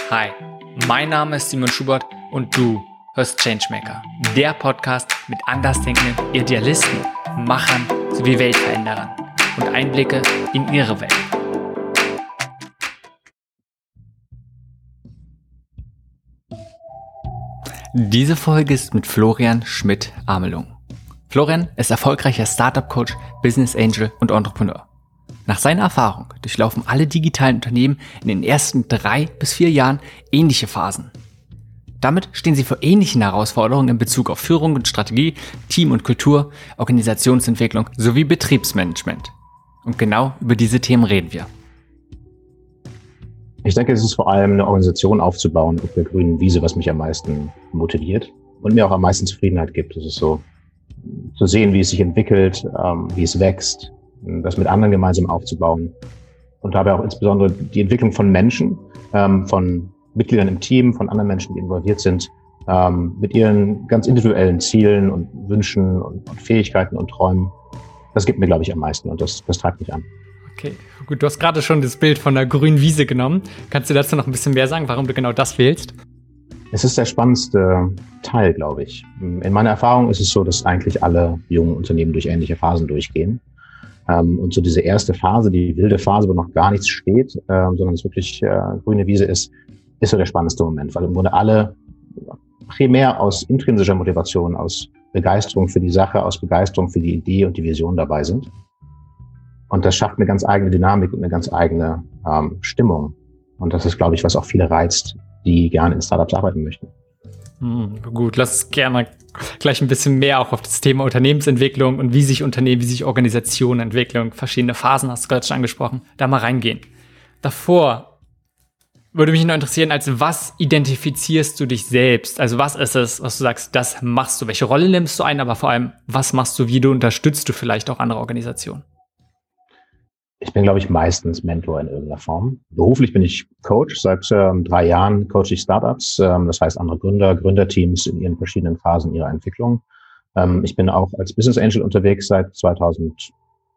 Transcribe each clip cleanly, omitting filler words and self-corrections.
Hi, mein Name ist Simon Schubert und du hörst Changemaker, der Podcast mit andersdenkenden Idealisten, Machern sowie Weltveränderern und Einblicke in ihre Welt. Diese Folge ist mit Florian Schmidt-Amelung. Florian ist erfolgreicher Startup-Coach, Business Angel und Entrepreneur. Nach seiner Erfahrung durchlaufen alle digitalen Unternehmen in den ersten 3 bis 4 Jahren ähnliche Phasen. Damit stehen sie vor ähnlichen Herausforderungen in Bezug auf Führung und Strategie, Team und Kultur, Organisationsentwicklung sowie Betriebsmanagement. Und genau über diese Themen reden wir. Ich denke, es ist vor allem eine Organisation aufzubauen auf der grünen Wiese, was mich am meisten motiviert und mir auch am meisten Zufriedenheit gibt. Es ist so zu sehen, wie es sich entwickelt, wie es wächst, das mit anderen gemeinsam aufzubauen und dabei auch insbesondere die Entwicklung von Menschen, von Mitgliedern im Team, von anderen Menschen, die involviert sind, mit ihren ganz individuellen Zielen und Wünschen und Fähigkeiten und Träumen. Das gibt mir, glaube ich, am meisten und das treibt mich an. Okay, gut, du hast gerade schon das Bild von der grünen Wiese genommen. Kannst du dazu noch ein bisschen mehr sagen, warum du genau das wählst? Es ist der spannendste Teil, glaube ich. In meiner Erfahrung ist es so, dass eigentlich alle jungen Unternehmen durch ähnliche Phasen durchgehen. Und so diese erste Phase, die wilde Phase, wo noch gar nichts steht, sondern es wirklich grüne Wiese ist so der spannendste Moment, weil im Grunde alle primär aus intrinsischer Motivation, aus Begeisterung für die Sache, aus Begeisterung für die Idee und die Vision dabei sind. Und das schafft eine ganz eigene Dynamik und eine ganz eigene Stimmung. Und das ist, glaube ich, was auch viele reizt, die gerne in Startups arbeiten möchten. Gut, lass uns gerne gleich ein bisschen mehr auch auf das Thema Unternehmensentwicklung und wie sich Unternehmen, wie sich Organisationen entwickeln, verschiedene Phasen, hast du gerade schon angesprochen, da mal reingehen. Davor würde mich noch interessieren, als was identifizierst du dich selbst? Also was ist es, was du sagst, das machst du? Welche Rolle nimmst du ein? Aber vor allem, was machst du, wie du unterstützt du vielleicht auch andere Organisationen? Ich bin, glaube ich, meistens Mentor in irgendeiner Form. Beruflich bin ich Coach. Seit 3 Jahren coache ich Startups, das heißt andere Gründerteams in ihren verschiedenen Phasen ihrer Entwicklung. Ich bin auch als Business Angel unterwegs seit 2008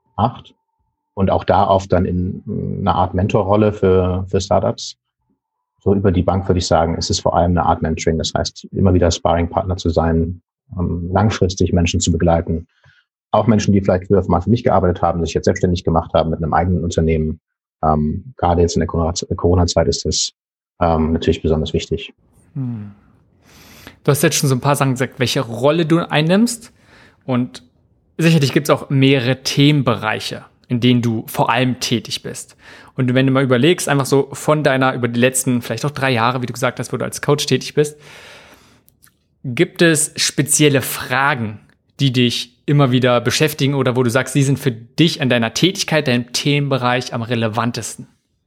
und auch da oft dann in einer Art Mentorrolle für Startups. So über die Bank würde ich sagen, es ist vor allem eine Art Mentoring. Das heißt, immer wieder Sparring-Partner zu sein, langfristig Menschen zu begleiten. Auch Menschen, die vielleicht früher mal für mich gearbeitet haben, sich jetzt selbstständig gemacht haben mit einem eigenen Unternehmen. Gerade jetzt in der Corona-Zeit ist das natürlich besonders wichtig. Du hast jetzt schon so ein paar Sachen gesagt, welche Rolle du einnimmst. Und sicherlich gibt es auch mehrere Themenbereiche, in denen du vor allem tätig bist. Und wenn du mal überlegst, einfach so von über die letzten vielleicht auch 3 Jahre, wie du gesagt hast, wo du als Coach tätig bist, gibt es spezielle Fragen, die dich immer wieder beschäftigen oder wo du sagst, die sind für dich an deiner Tätigkeit, deinem Themenbereich am relevantesten?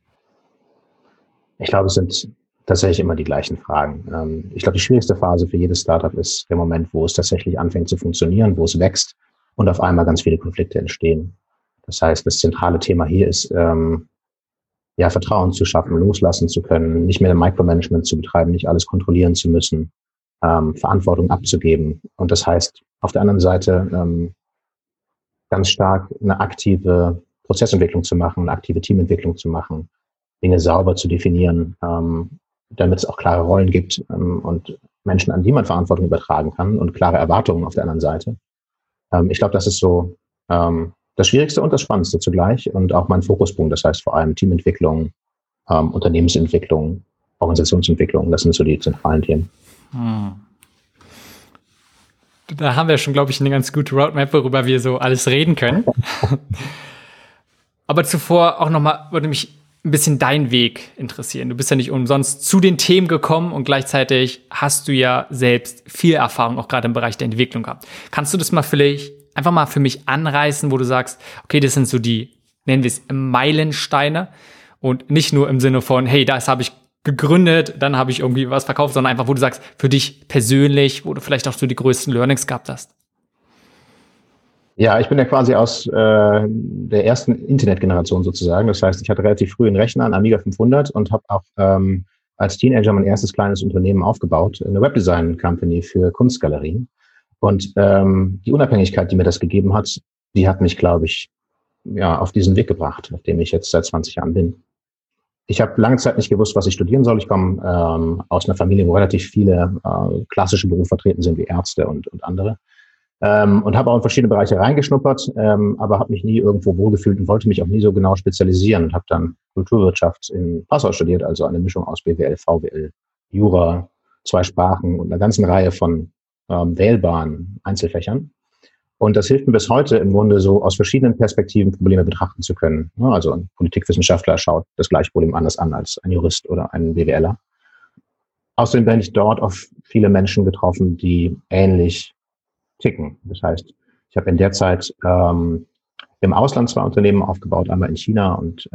Ich glaube, es sind tatsächlich immer die gleichen Fragen. Ich glaube, die schwierigste Phase für jedes Startup ist der Moment, wo es tatsächlich anfängt zu funktionieren, wo es wächst und auf einmal ganz viele Konflikte entstehen. Das heißt, das zentrale Thema hier ist, Vertrauen zu schaffen, loslassen zu können, nicht mehr Micromanagement zu betreiben, nicht alles kontrollieren zu müssen, Verantwortung abzugeben. Und das heißt, auf der anderen Seite ganz stark eine aktive Prozessentwicklung zu machen, eine aktive Teamentwicklung zu machen, Dinge sauber zu definieren, damit es auch klare Rollen gibt und Menschen, an die man Verantwortung übertragen kann und klare Erwartungen auf der anderen Seite. Ich glaube, das ist so das Schwierigste und das Spannendste zugleich und auch mein Fokuspunkt. Das heißt vor allem Teamentwicklung, Unternehmensentwicklung, Organisationsentwicklung. Das sind so die zentralen Themen. Da haben wir schon, glaube ich, eine ganz gute Roadmap, worüber wir so alles reden können. Aber zuvor auch nochmal würde mich ein bisschen dein Weg interessieren. Du bist ja nicht umsonst zu den Themen gekommen und gleichzeitig hast du ja selbst viel Erfahrung, auch gerade im Bereich der Entwicklung gehabt. Kannst du das mal vielleicht einfach mal für mich anreißen, wo du sagst, okay, das sind so die, nennen wir es Meilensteine und nicht nur im Sinne von, hey, das habe ich gegründet, dann habe ich irgendwie was verkauft, sondern einfach, wo du sagst, für dich persönlich, wo du vielleicht auch so die größten Learnings gehabt hast. Ja, ich bin ja quasi aus der ersten Internetgeneration sozusagen. Das heißt, ich hatte relativ früh einen Rechner, einen Amiga 500 und habe auch als Teenager mein erstes kleines Unternehmen aufgebaut, eine Webdesign-Company für Kunstgalerien. Und die Unabhängigkeit, die mir das gegeben hat, die hat mich, glaube ich, auf diesen Weg gebracht, auf dem ich jetzt seit 20 Jahren bin. Ich habe lange Zeit nicht gewusst, was ich studieren soll. Ich komme aus einer Familie, wo relativ viele klassische Berufe vertreten sind, wie Ärzte und andere. Und habe auch in verschiedene Bereiche reingeschnuppert, aber habe mich nie irgendwo wohlgefühlt und wollte mich auch nie so genau spezialisieren und habe dann Kulturwirtschaft in Passau studiert, also eine Mischung aus BWL, VWL, Jura, 2 Sprachen und einer ganzen Reihe von wählbaren Einzelfächern. Und das hilft mir bis heute im Grunde so aus verschiedenen Perspektiven Probleme betrachten zu können. Also ein Politikwissenschaftler schaut das gleiche Problem anders an als ein Jurist oder ein BWLer. Außerdem bin ich dort auf viele Menschen getroffen, die ähnlich ticken. Das heißt, ich habe in der Zeit im Ausland 2 Unternehmen aufgebaut, einmal in China und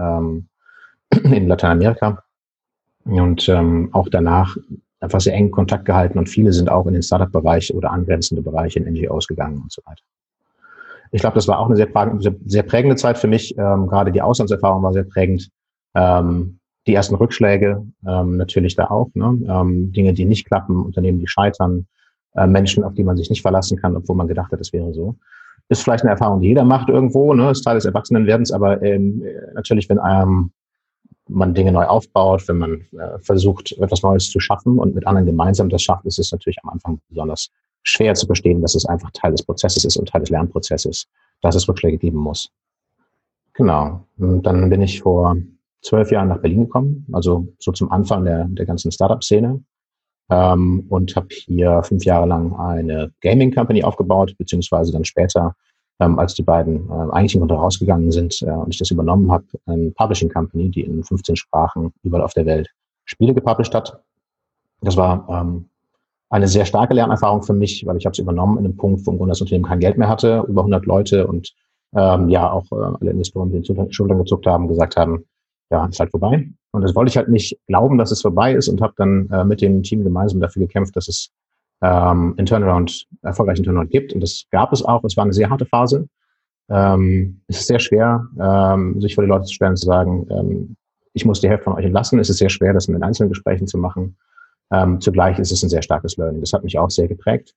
in Lateinamerika. Und auch danach einfach sehr engen Kontakt gehalten und viele sind auch in den Startup-Bereich oder angrenzende Bereiche in NGOs gegangen und so weiter. Ich glaube, das war auch eine sehr prägende Zeit für mich. Gerade die Auslandserfahrung war sehr prägend. Die ersten Rückschläge natürlich da auch. Dinge, die nicht klappen, Unternehmen, die scheitern, Menschen, auf die man sich nicht verlassen kann, obwohl man gedacht hat, es wäre so. Ist vielleicht eine Erfahrung, die jeder macht irgendwo, ist Teil des Erwachsenenwerdens, aber natürlich, wenn man Dinge neu aufbaut, wenn man versucht, etwas Neues zu schaffen und mit anderen gemeinsam das schafft, ist es natürlich am Anfang besonders schwer zu verstehen, dass es einfach Teil des Prozesses ist und Teil des Lernprozesses, dass es Rückschläge geben muss. Genau. Und dann bin ich vor 12 Jahren nach Berlin gekommen, also so zum Anfang der ganzen Startup-Szene, und habe hier 5 Jahre lang eine Gaming-Company aufgebaut, beziehungsweise dann später, als die beiden eigentlichen Gründer rausgegangen sind und ich das übernommen habe, eine Publishing Company, die in 15 Sprachen überall auf der Welt Spiele gepublished hat. Das war eine sehr starke Lernerfahrung für mich, weil ich habe es übernommen in einem Punkt, wo im Grunde das Unternehmen kein Geld mehr hatte, über 100 Leute und auch alle Investoren, die den Schultern gezuckt haben, gesagt haben, ja, ist halt vorbei. Und das wollte ich halt nicht glauben, dass es vorbei ist und habe dann mit dem Team gemeinsam dafür gekämpft, dass es erfolgreichen Turnaround gibt. Und das gab es auch. Es war eine sehr harte Phase. Es ist sehr schwer, sich vor die Leute zu stellen und zu sagen, ich muss die Hälfte von euch entlassen. Es ist sehr schwer, das in den einzelnen Gesprächen zu machen. Zugleich ist es ein sehr starkes Learning. Das hat mich auch sehr geprägt.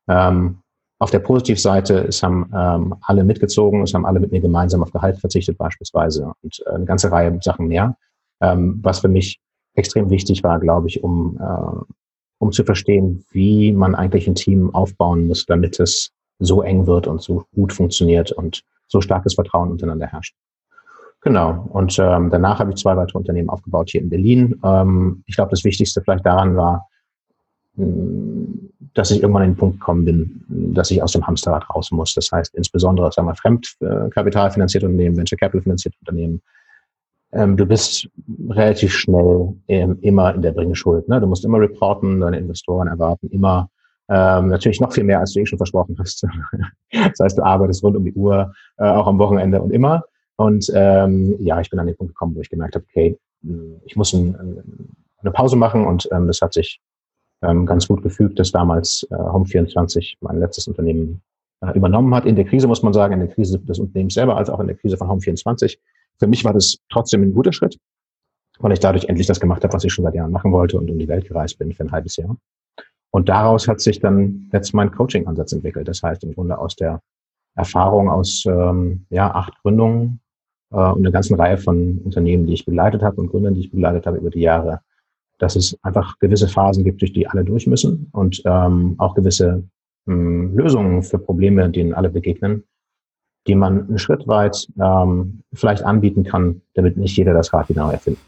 Auf der Positivseite, es haben alle mitgezogen, es haben alle mit mir gemeinsam auf Gehalt verzichtet beispielsweise und eine ganze Reihe Sachen mehr, was für mich extrem wichtig war, glaube ich, um zu verstehen, wie man eigentlich ein Team aufbauen muss, damit es so eng wird und so gut funktioniert und so starkes Vertrauen untereinander herrscht. Genau. Und danach habe ich 2 weitere Unternehmen aufgebaut hier in Berlin. Ich glaube, das Wichtigste vielleicht daran war, dass ich irgendwann an den Punkt gekommen bin, dass ich aus dem Hamsterrad raus muss. Das heißt, insbesondere, sagen wir, Fremdkapital finanzierte Unternehmen, Venture Capital finanzierte Unternehmen. Du bist relativ schnell immer in der Bringschuld. Du musst immer reporten, deine Investoren erwarten immer natürlich noch viel mehr, als du schon versprochen hast. Das heißt, du arbeitest rund um die Uhr, auch am Wochenende und immer. Und ich bin an den Punkt gekommen, wo ich gemerkt habe, okay, ich muss eine Pause machen und das hat sich ganz gut gefügt, dass damals Home24 mein letztes Unternehmen übernommen hat. In der Krise, muss man sagen, in der Krise des Unternehmens selber, als auch in der Krise von Home24. Für mich war das trotzdem ein guter Schritt, weil ich dadurch endlich das gemacht habe, was ich schon seit Jahren machen wollte und um die Welt gereist bin für ein halbes Jahr. Und daraus hat sich dann jetzt mein Coaching-Ansatz entwickelt. Das heißt, im Grunde aus der Erfahrung aus 8 Gründungen und einer ganzen Reihe von Unternehmen, die ich begleitet habe und Gründern, die ich begleitet habe über die Jahre, dass es einfach gewisse Phasen gibt, durch die alle durch müssen und auch gewisse Lösungen für Probleme, denen alle begegnen, die man einen Schritt weit vielleicht anbieten kann, damit nicht jeder das Rad genau erfindet.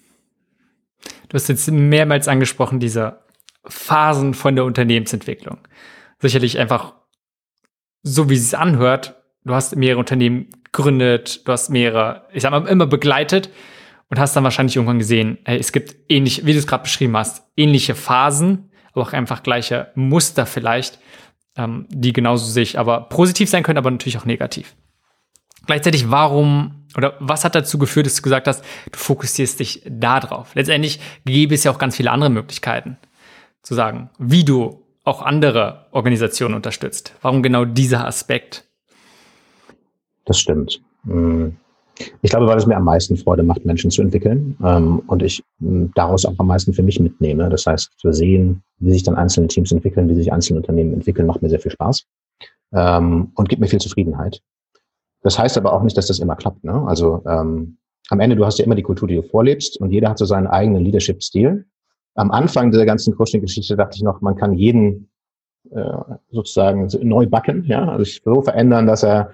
Du hast jetzt mehrmals angesprochen, diese Phasen von der Unternehmensentwicklung. Sicherlich einfach, so wie es sich anhört, du hast mehrere Unternehmen gegründet, du hast mehrere, ich sag mal, immer begleitet und hast dann wahrscheinlich irgendwann gesehen, es gibt ähnlich, wie du es gerade beschrieben hast, ähnliche Phasen, aber auch einfach gleiche Muster vielleicht, die genauso sich aber positiv sein können, aber natürlich auch negativ. Gleichzeitig, was hat dazu geführt, dass du gesagt hast, du fokussierst dich da drauf? Letztendlich gäbe es ja auch ganz viele andere Möglichkeiten, zu sagen, wie du auch andere Organisationen unterstützt. Warum genau dieser Aspekt? Das stimmt. Ich glaube, weil es mir am meisten Freude macht, Menschen zu entwickeln und ich daraus auch am meisten für mich mitnehme. Das heißt, zu sehen, wie sich dann einzelne Teams entwickeln, wie sich einzelne Unternehmen entwickeln, macht mir sehr viel Spaß und gibt mir viel Zufriedenheit. Das heißt aber auch nicht, dass das immer klappt. Also am Ende, du hast ja immer die Kultur, die du vorlebst und jeder hat so seinen eigenen Leadership-Stil. Am Anfang der ganzen Coaching-Geschichte dachte ich noch, man kann jeden sozusagen neu backen, ja, also sich so verändern, dass er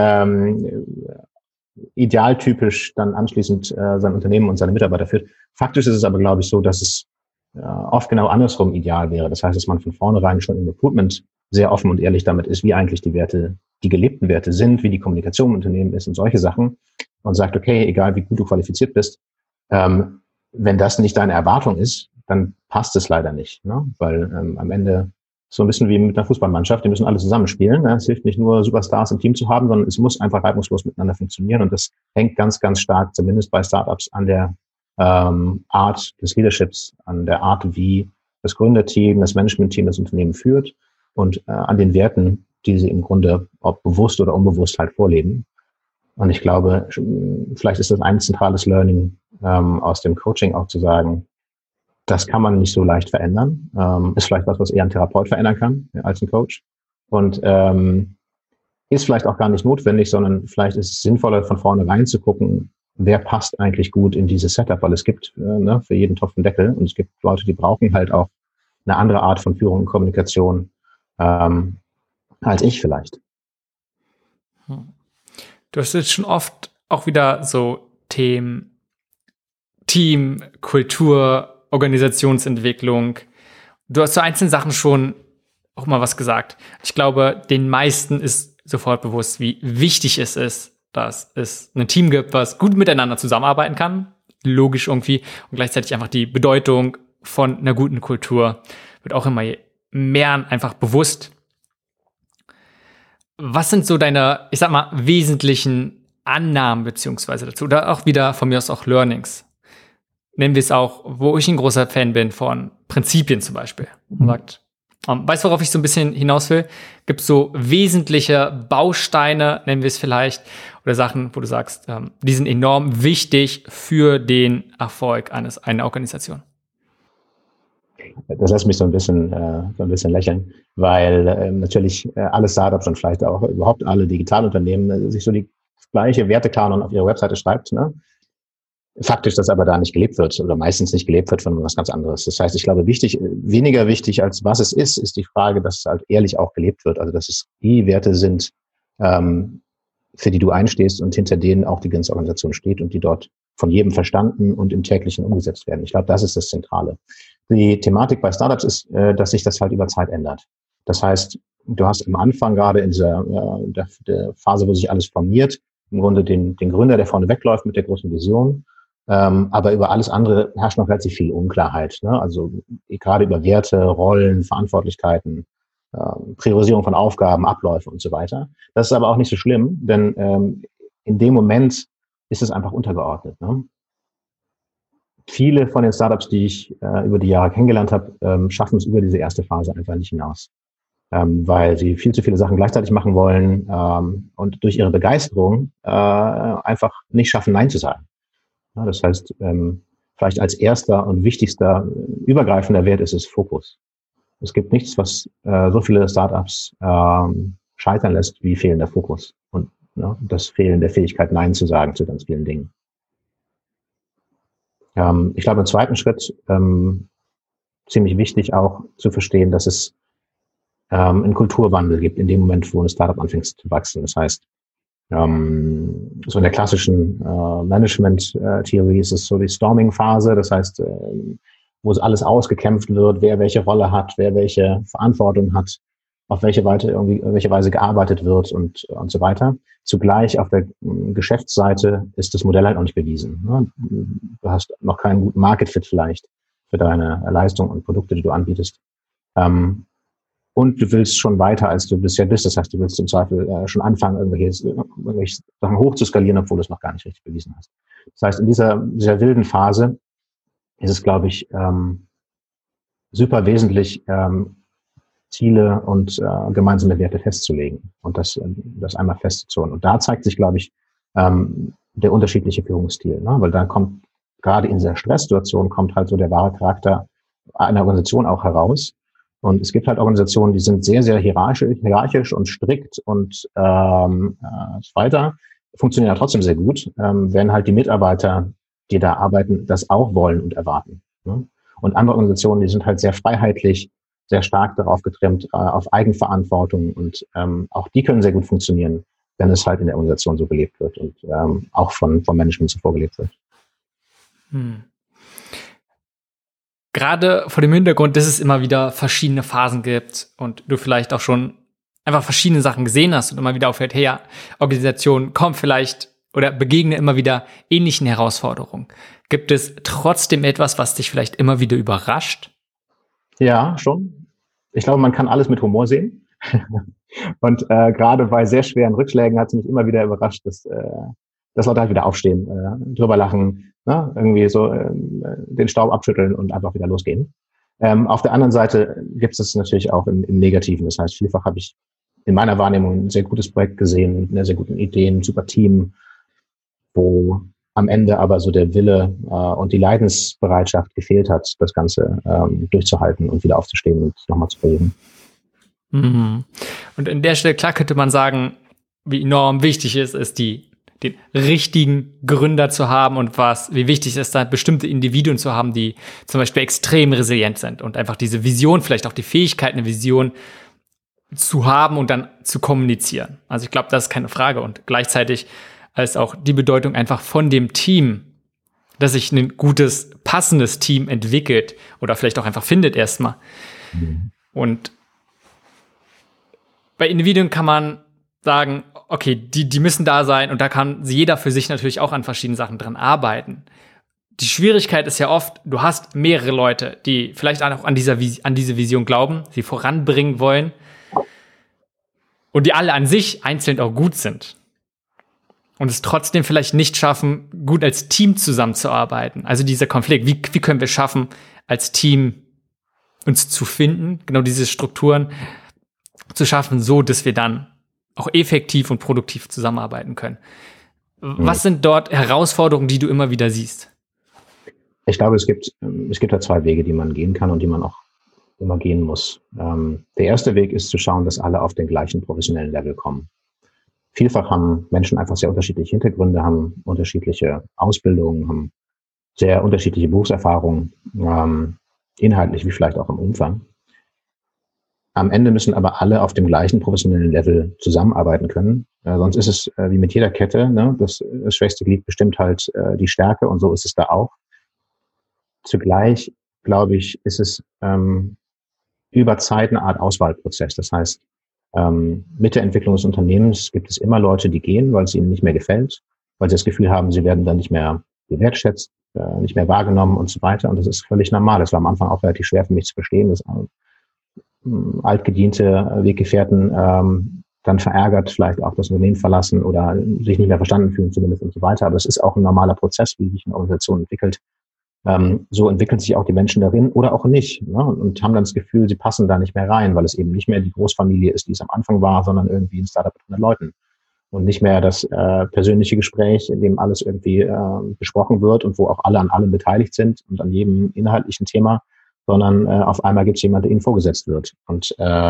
idealtypisch dann anschließend sein Unternehmen und seine Mitarbeiter führt. Faktisch ist es aber, glaube ich, so, dass es oft genau andersrum ideal wäre. Das heißt, dass man von vornherein schon im Recruitment sehr offen und ehrlich damit ist, wie eigentlich die Werte, die gelebten Werte sind, wie die Kommunikation im Unternehmen ist und solche Sachen und sagt, okay, egal wie gut du qualifiziert bist, wenn das nicht deine Erwartung ist, dann passt es leider nicht, ne? Weil am Ende so ein bisschen wie mit einer Fußballmannschaft, die müssen alle zusammenspielen. Ne? Es hilft nicht nur, Superstars im Team zu haben, sondern es muss einfach reibungslos miteinander funktionieren. Und das hängt ganz, ganz stark, zumindest bei Startups, an der Art des Leaderships, an der Art, wie das Gründerteam, das Managementteam das Unternehmen führt und an den Werten, die sie im Grunde, ob bewusst oder unbewusst, halt vorleben. Und ich glaube, vielleicht ist das ein zentrales Learning aus dem Coaching auch zu sagen, das kann man nicht so leicht verändern. Ist vielleicht was eher ein Therapeut verändern kann, ja, als ein Coach. Und ist vielleicht auch gar nicht notwendig, sondern vielleicht ist es sinnvoller, von vornherein zu gucken, wer passt eigentlich gut in dieses Setup, weil es gibt für jeden Topf einen Deckel und es gibt Leute, die brauchen halt auch eine andere Art von Führung und Kommunikation als ich vielleicht. Du hast jetzt schon oft auch wieder so Themen Team, Kultur, Organisationsentwicklung. Du hast zu einzelnen Sachen schon auch mal was gesagt. Ich glaube, den meisten ist sofort bewusst, wie wichtig es ist, dass es ein Team gibt, was gut miteinander zusammenarbeiten kann. Logisch irgendwie. Und gleichzeitig einfach die Bedeutung von einer guten Kultur wird auch immer mehr einfach bewusst. Was sind so deine, ich sag mal, wesentlichen Annahmen beziehungsweise dazu? Oder auch wieder von mir aus auch Learnings? Nennen wir es auch, wo ich ein großer Fan bin von Prinzipien zum Beispiel. Man sagt, weißt du, worauf ich so ein bisschen hinaus will? Gibt es so wesentliche Bausteine, nennen wir es vielleicht, oder Sachen, wo du sagst, die sind enorm wichtig für den Erfolg einer Organisation? Das lässt mich so ein bisschen lächeln, weil natürlich alle Startups und vielleicht auch überhaupt alle Digitalunternehmen sich so die gleiche Wertekanon auf ihrer Webseite schreibt, ne? Faktisch, dass aber da nicht gelebt wird oder meistens nicht gelebt wird von was ganz anderes. Das heißt, ich glaube, weniger wichtig als was es ist die Frage, dass es halt ehrlich auch gelebt wird. Also, dass es die Werte sind, für die du einstehst und hinter denen auch die ganze Organisation steht und die dort von jedem verstanden und im täglichen umgesetzt werden. Ich glaube, das ist das Zentrale. Die Thematik bei Startups ist, dass sich das halt über Zeit ändert. Das heißt, du hast am Anfang gerade in dieser der Phase, wo sich alles formiert, im Grunde den Gründer, der vorne wegläuft mit der großen Vision. Aber über alles andere herrscht noch relativ viel Unklarheit, ne? Also gerade über Werte, Rollen, Verantwortlichkeiten, Priorisierung von Aufgaben, Abläufe und so weiter. Das ist aber auch nicht so schlimm, denn in dem Moment ist es einfach untergeordnet, ne? Viele von den Startups, die ich über die Jahre kennengelernt habe, schaffen es über diese erste Phase einfach nicht hinaus, weil sie viel zu viele Sachen gleichzeitig machen wollen und durch ihre Begeisterung einfach nicht schaffen, Nein zu sagen. Ja, das heißt, vielleicht als erster und wichtigster übergreifender Wert ist es Fokus. Es gibt nichts, was so viele Startups scheitern lässt, wie fehlender Fokus und das Fehlen der Fähigkeit, Nein zu sagen zu ganz vielen Dingen. Ich glaube, im zweiten Schritt ziemlich wichtig auch zu verstehen, dass es einen Kulturwandel gibt in dem Moment, wo ein Startup anfängt zu wachsen. Das heißt, so in der klassischen Management-Theorie ist es so die Storming-Phase, das heißt, wo es alles ausgekämpft wird, wer welche Rolle hat, wer welche Verantwortung hat, auf welche Weise gearbeitet wird und so weiter. Zugleich auf der Geschäftsseite ist das Modell halt auch nicht bewiesen, ne? Du hast noch keinen guten Market-Fit vielleicht für deine Leistung und Produkte, die du anbietest. Und du willst schon weiter, als du bisher bist. Das heißt, du willst im Zweifel schon anfangen, irgendwelche Sachen hoch zu skalieren, obwohl du es noch gar nicht richtig bewiesen hast. Das heißt, in dieser wilden Phase ist es, glaube ich, super wesentlich, Ziele und gemeinsame Werte festzulegen und das einmal festzuzurren. Und da zeigt sich, glaube ich, der unterschiedliche Führungsstil, ne? Weil da kommt gerade in dieser Stresssituation kommt halt so der wahre Charakter einer Organisation auch heraus. Und es gibt halt Organisationen, die sind sehr, sehr hierarchisch und strikt und so weiter. funktionieren ja trotzdem sehr gut, wenn halt die Mitarbeiter, die da arbeiten, das auch wollen und erwarten. Ne? Und andere Organisationen, die sind halt sehr freiheitlich, sehr stark darauf getrimmt, auf Eigenverantwortung und auch die können sehr gut funktionieren, wenn es halt in der Organisation so gelebt wird und auch vom Management so vorgelebt wird. Gerade vor dem Hintergrund, dass es immer wieder verschiedene Phasen gibt und du vielleicht auch schon einfach verschiedene Sachen gesehen hast und immer wieder auffällt, hey ja, Organisationen kommen vielleicht oder begegnen immer wieder ähnlichen Herausforderungen. Gibt es trotzdem etwas, was dich vielleicht immer wieder überrascht? Ja, schon. Ich glaube, man kann alles mit Humor sehen. Und gerade bei sehr schweren Rückschlägen hat es mich immer wieder überrascht, dass Leute halt wieder aufstehen, drüber lachen, ne? Irgendwie so den Staub abschütteln und einfach wieder losgehen. Auf der anderen Seite gibt es natürlich auch im Negativen. Das heißt, vielfach habe ich in meiner Wahrnehmung ein sehr gutes Projekt gesehen, mit einer sehr guten Idee, ein super Team, wo am Ende aber so der Wille und die Leidensbereitschaft gefehlt hat, das Ganze durchzuhalten und wieder aufzustehen und nochmal zu versuchen. Mhm. Und an der Stelle, klar könnte man sagen, wie enorm wichtig es ist, den richtigen Gründer zu haben und wie wichtig es ist, da bestimmte Individuen zu haben, die zum Beispiel extrem resilient sind und einfach diese Vision, vielleicht auch die Fähigkeit, eine Vision zu haben und dann zu kommunizieren. Also ich glaube, das ist keine Frage. Und gleichzeitig als auch die Bedeutung einfach von dem Team, dass sich ein gutes, passendes Team entwickelt oder vielleicht auch einfach findet erstmal. Mhm. Und bei Individuen kann man sagen, okay, die müssen da sein und da kann jeder für sich natürlich auch an verschiedenen Sachen dran arbeiten. Die Schwierigkeit ist ja oft, du hast mehrere Leute, die vielleicht auch an diese Vision glauben, sie voranbringen wollen und die alle an sich einzeln auch gut sind und es trotzdem vielleicht nicht schaffen, gut als Team zusammenzuarbeiten. Also dieser Konflikt, wie können wir schaffen, als Team uns zu finden, genau diese Strukturen zu schaffen, so dass wir dann auch effektiv und produktiv zusammenarbeiten können. Was sind dort Herausforderungen, die du immer wieder siehst? Ich glaube, es gibt da zwei Wege, die man gehen kann und die man auch immer gehen muss. Der erste Weg ist zu schauen, dass alle auf den gleichen professionellen Level kommen. Vielfach haben Menschen einfach sehr unterschiedliche Hintergründe, haben unterschiedliche Ausbildungen, haben sehr unterschiedliche Berufserfahrungen, inhaltlich wie vielleicht auch im Umfang. Am Ende müssen aber alle auf dem gleichen professionellen Level zusammenarbeiten können. Sonst ist es wie mit jeder Kette, ne? Das schwächste Glied bestimmt halt die Stärke und so ist es da auch. Zugleich, glaube ich, ist es über Zeit eine Art Auswahlprozess. Das heißt, mit der Entwicklung des Unternehmens gibt es immer Leute, die gehen, weil es ihnen nicht mehr gefällt, weil sie das Gefühl haben, sie werden dann nicht mehr gewertschätzt, nicht mehr wahrgenommen und so weiter. Und das ist völlig normal. Das war am Anfang auch relativ schwer für mich zu verstehen, dass altgediente Weggefährten dann verärgert vielleicht auch das Unternehmen verlassen oder sich nicht mehr verstanden fühlen zumindest und so weiter. Aber es ist auch ein normaler Prozess, wie sich eine Organisation entwickelt. So entwickeln sich auch die Menschen darin oder auch nicht, ne? Und haben dann das Gefühl, sie passen da nicht mehr rein, weil es eben nicht mehr die Großfamilie ist, die es am Anfang war, sondern irgendwie ein Startup mit 100 Leuten. Und nicht mehr das persönliche Gespräch, in dem alles irgendwie besprochen wird und wo auch alle an allem beteiligt sind und an jedem inhaltlichen Thema, sondern auf einmal gibt es jemanden, der ihnen vorgesetzt wird. Und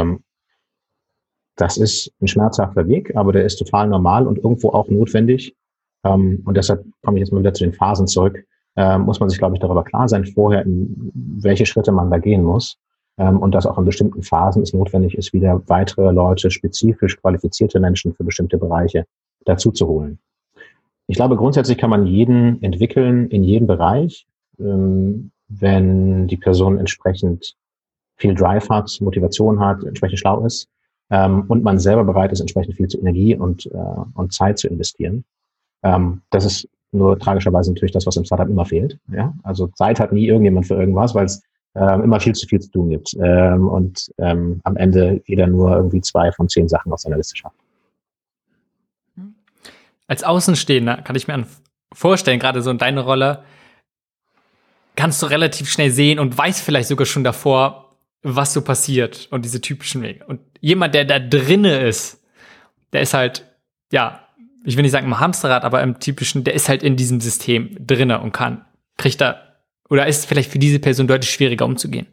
das ist ein schmerzhafter Weg, aber der ist total normal und irgendwo auch notwendig. Und deshalb komme ich jetzt mal wieder zu den Phasen zurück. Muss man sich, glaube ich, darüber klar sein, vorher, in welche Schritte man da gehen muss. Und dass auch in bestimmten Phasen es notwendig ist, wieder weitere Leute, spezifisch qualifizierte Menschen für bestimmte Bereiche dazu zu holen. Ich glaube, grundsätzlich kann man jeden entwickeln in jedem Bereich, wenn die Person entsprechend viel Drive hat, Motivation hat, entsprechend schlau ist und man selber bereit ist, entsprechend viel Energie und Zeit zu investieren. Das ist nur tragischerweise natürlich das, was im Startup immer fehlt. Ja? Also Zeit hat nie irgendjemand für irgendwas, weil es immer viel zu tun gibt und am Ende jeder nur irgendwie 2 von 10 Sachen auf seiner Liste schafft. Als Außenstehender kann ich mir vorstellen, gerade so in deiner Rolle, kannst du relativ schnell sehen und weißt vielleicht sogar schon davor, was so passiert und diese typischen Wege. Und jemand, der da drinne ist, der ist halt, ja, ich will nicht sagen im Hamsterrad, aber im typischen, der ist halt in diesem System drinne und kriegt da, oder ist vielleicht für diese Person deutlich schwieriger umzugehen.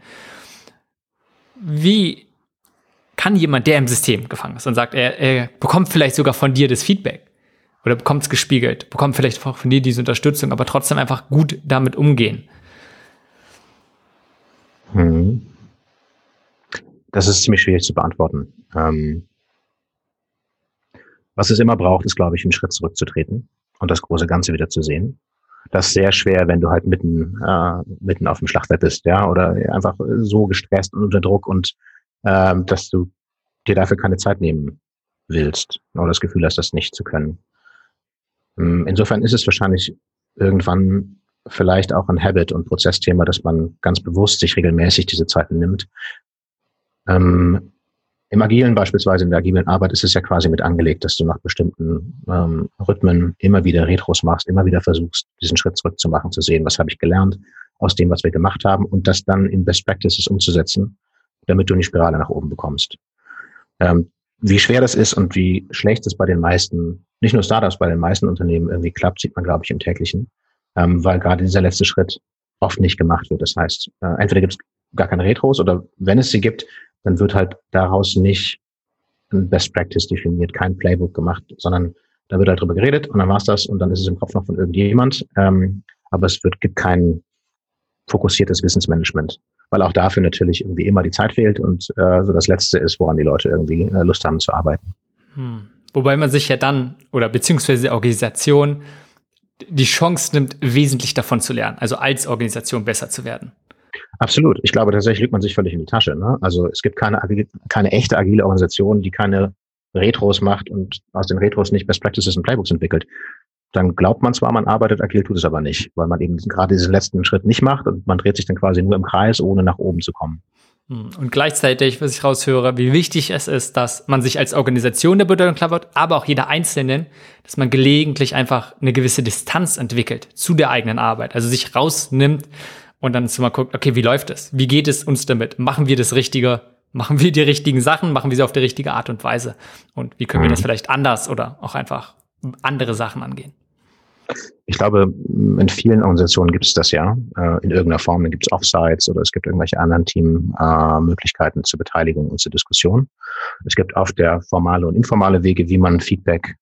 Wie kann jemand, der im System gefangen ist und sagt, er bekommt vielleicht sogar von dir das Feedback, oder bekommt es gespiegelt, bekommt vielleicht auch von dir diese Unterstützung, aber trotzdem einfach gut damit umgehen? Das ist ziemlich schwierig zu beantworten. Was es immer braucht, ist, glaube ich, einen Schritt zurückzutreten und das große Ganze wieder zu sehen. Das ist sehr schwer, wenn du halt mitten auf dem Schlachtfeld bist, ja, oder einfach so gestresst und unter Druck und dass du dir dafür keine Zeit nehmen willst oder das Gefühl hast, das nicht zu können. Insofern ist es wahrscheinlich irgendwann vielleicht auch ein Habit- und Prozessthema, dass man ganz bewusst sich regelmäßig diese Zeiten nimmt. Im Agilen beispielsweise, in der agilen Arbeit ist es ja quasi mit angelegt, dass du nach bestimmten Rhythmen immer wieder Retros machst, immer wieder versuchst, diesen Schritt zurückzumachen, zu sehen, was habe ich gelernt aus dem, was wir gemacht haben und das dann in Best Practices umzusetzen, damit du eine Spirale nach oben bekommst. Wie schwer das ist und wie schlecht es bei den meisten, nicht nur Startups, bei den meisten Unternehmen irgendwie klappt, sieht man, glaube ich, im täglichen, weil gerade dieser letzte Schritt oft nicht gemacht wird. Das heißt, entweder gibt es gar keine Retros oder wenn es sie gibt, dann wird halt daraus nicht ein Best Practice definiert, kein Playbook gemacht, sondern da wird halt drüber geredet und dann war's das und dann ist es im Kopf noch von irgendjemand. Aber gibt kein fokussiertes Wissensmanagement, weil auch dafür natürlich irgendwie immer die Zeit fehlt und so das Letzte ist, woran die Leute irgendwie Lust haben zu arbeiten. Wobei man sich ja dann, oder beziehungsweise die Organisation, die Chance nimmt, wesentlich davon zu lernen, also als Organisation besser zu werden. Absolut. Ich glaube, tatsächlich lügt man sich völlig in die Tasche. Ne? Also es gibt keine echte agile Organisation, die keine Retros macht und aus den Retros nicht Best Practices und Playbooks entwickelt. Dann glaubt man zwar, man arbeitet agil, tut es aber nicht, weil man eben gerade diesen letzten Schritt nicht macht und man dreht sich dann quasi nur im Kreis, ohne nach oben zu kommen. Und gleichzeitig, was ich raushöre, wie wichtig es ist, dass man sich als Organisation der Bedeutung klar wird, aber auch jeder Einzelne, dass man gelegentlich einfach eine gewisse Distanz entwickelt zu der eigenen Arbeit, also sich rausnimmt und dann mal guckt, okay, wie läuft es? Wie geht es uns damit? Machen wir das Richtige? Machen wir die richtigen Sachen? Machen wir sie auf die richtige Art und Weise? Und wie können wir das vielleicht anders oder auch einfach andere Sachen angehen? Ich glaube, in vielen Organisationen gibt es das ja in irgendeiner Form. Dann gibt es Offsites oder es gibt irgendwelche anderen Teammöglichkeiten zur Beteiligung und zur Diskussion. Es gibt auf der formale und informale Wege, wie man Feedback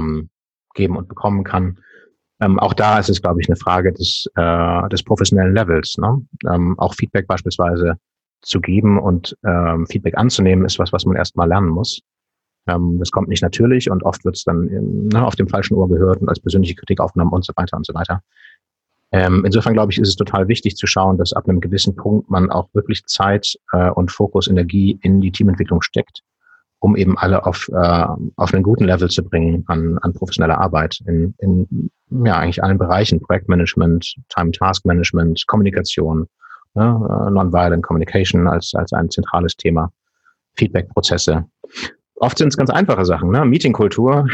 geben und bekommen kann. Auch da ist es, glaube ich, eine Frage des professionellen Levels. Ne? Auch Feedback beispielsweise zu geben und Feedback anzunehmen, ist was man erst mal lernen muss. Das kommt nicht natürlich und oft wird es dann auf dem falschen Ohr gehört und als persönliche Kritik aufgenommen und so weiter und so weiter. Insofern, glaube ich, ist es total wichtig zu schauen, dass ab einem gewissen Punkt man auch wirklich Zeit und Fokus, Energie in die Teamentwicklung steckt, um eben alle auf einen guten Level zu bringen an professioneller Arbeit in eigentlich allen Bereichen, Projektmanagement, Time-Task-Management, Kommunikation, Nonviolent Communication als ein zentrales Thema, Feedback-Prozesse. Oft sind es ganz einfache Sachen, ne? Meetingkultur.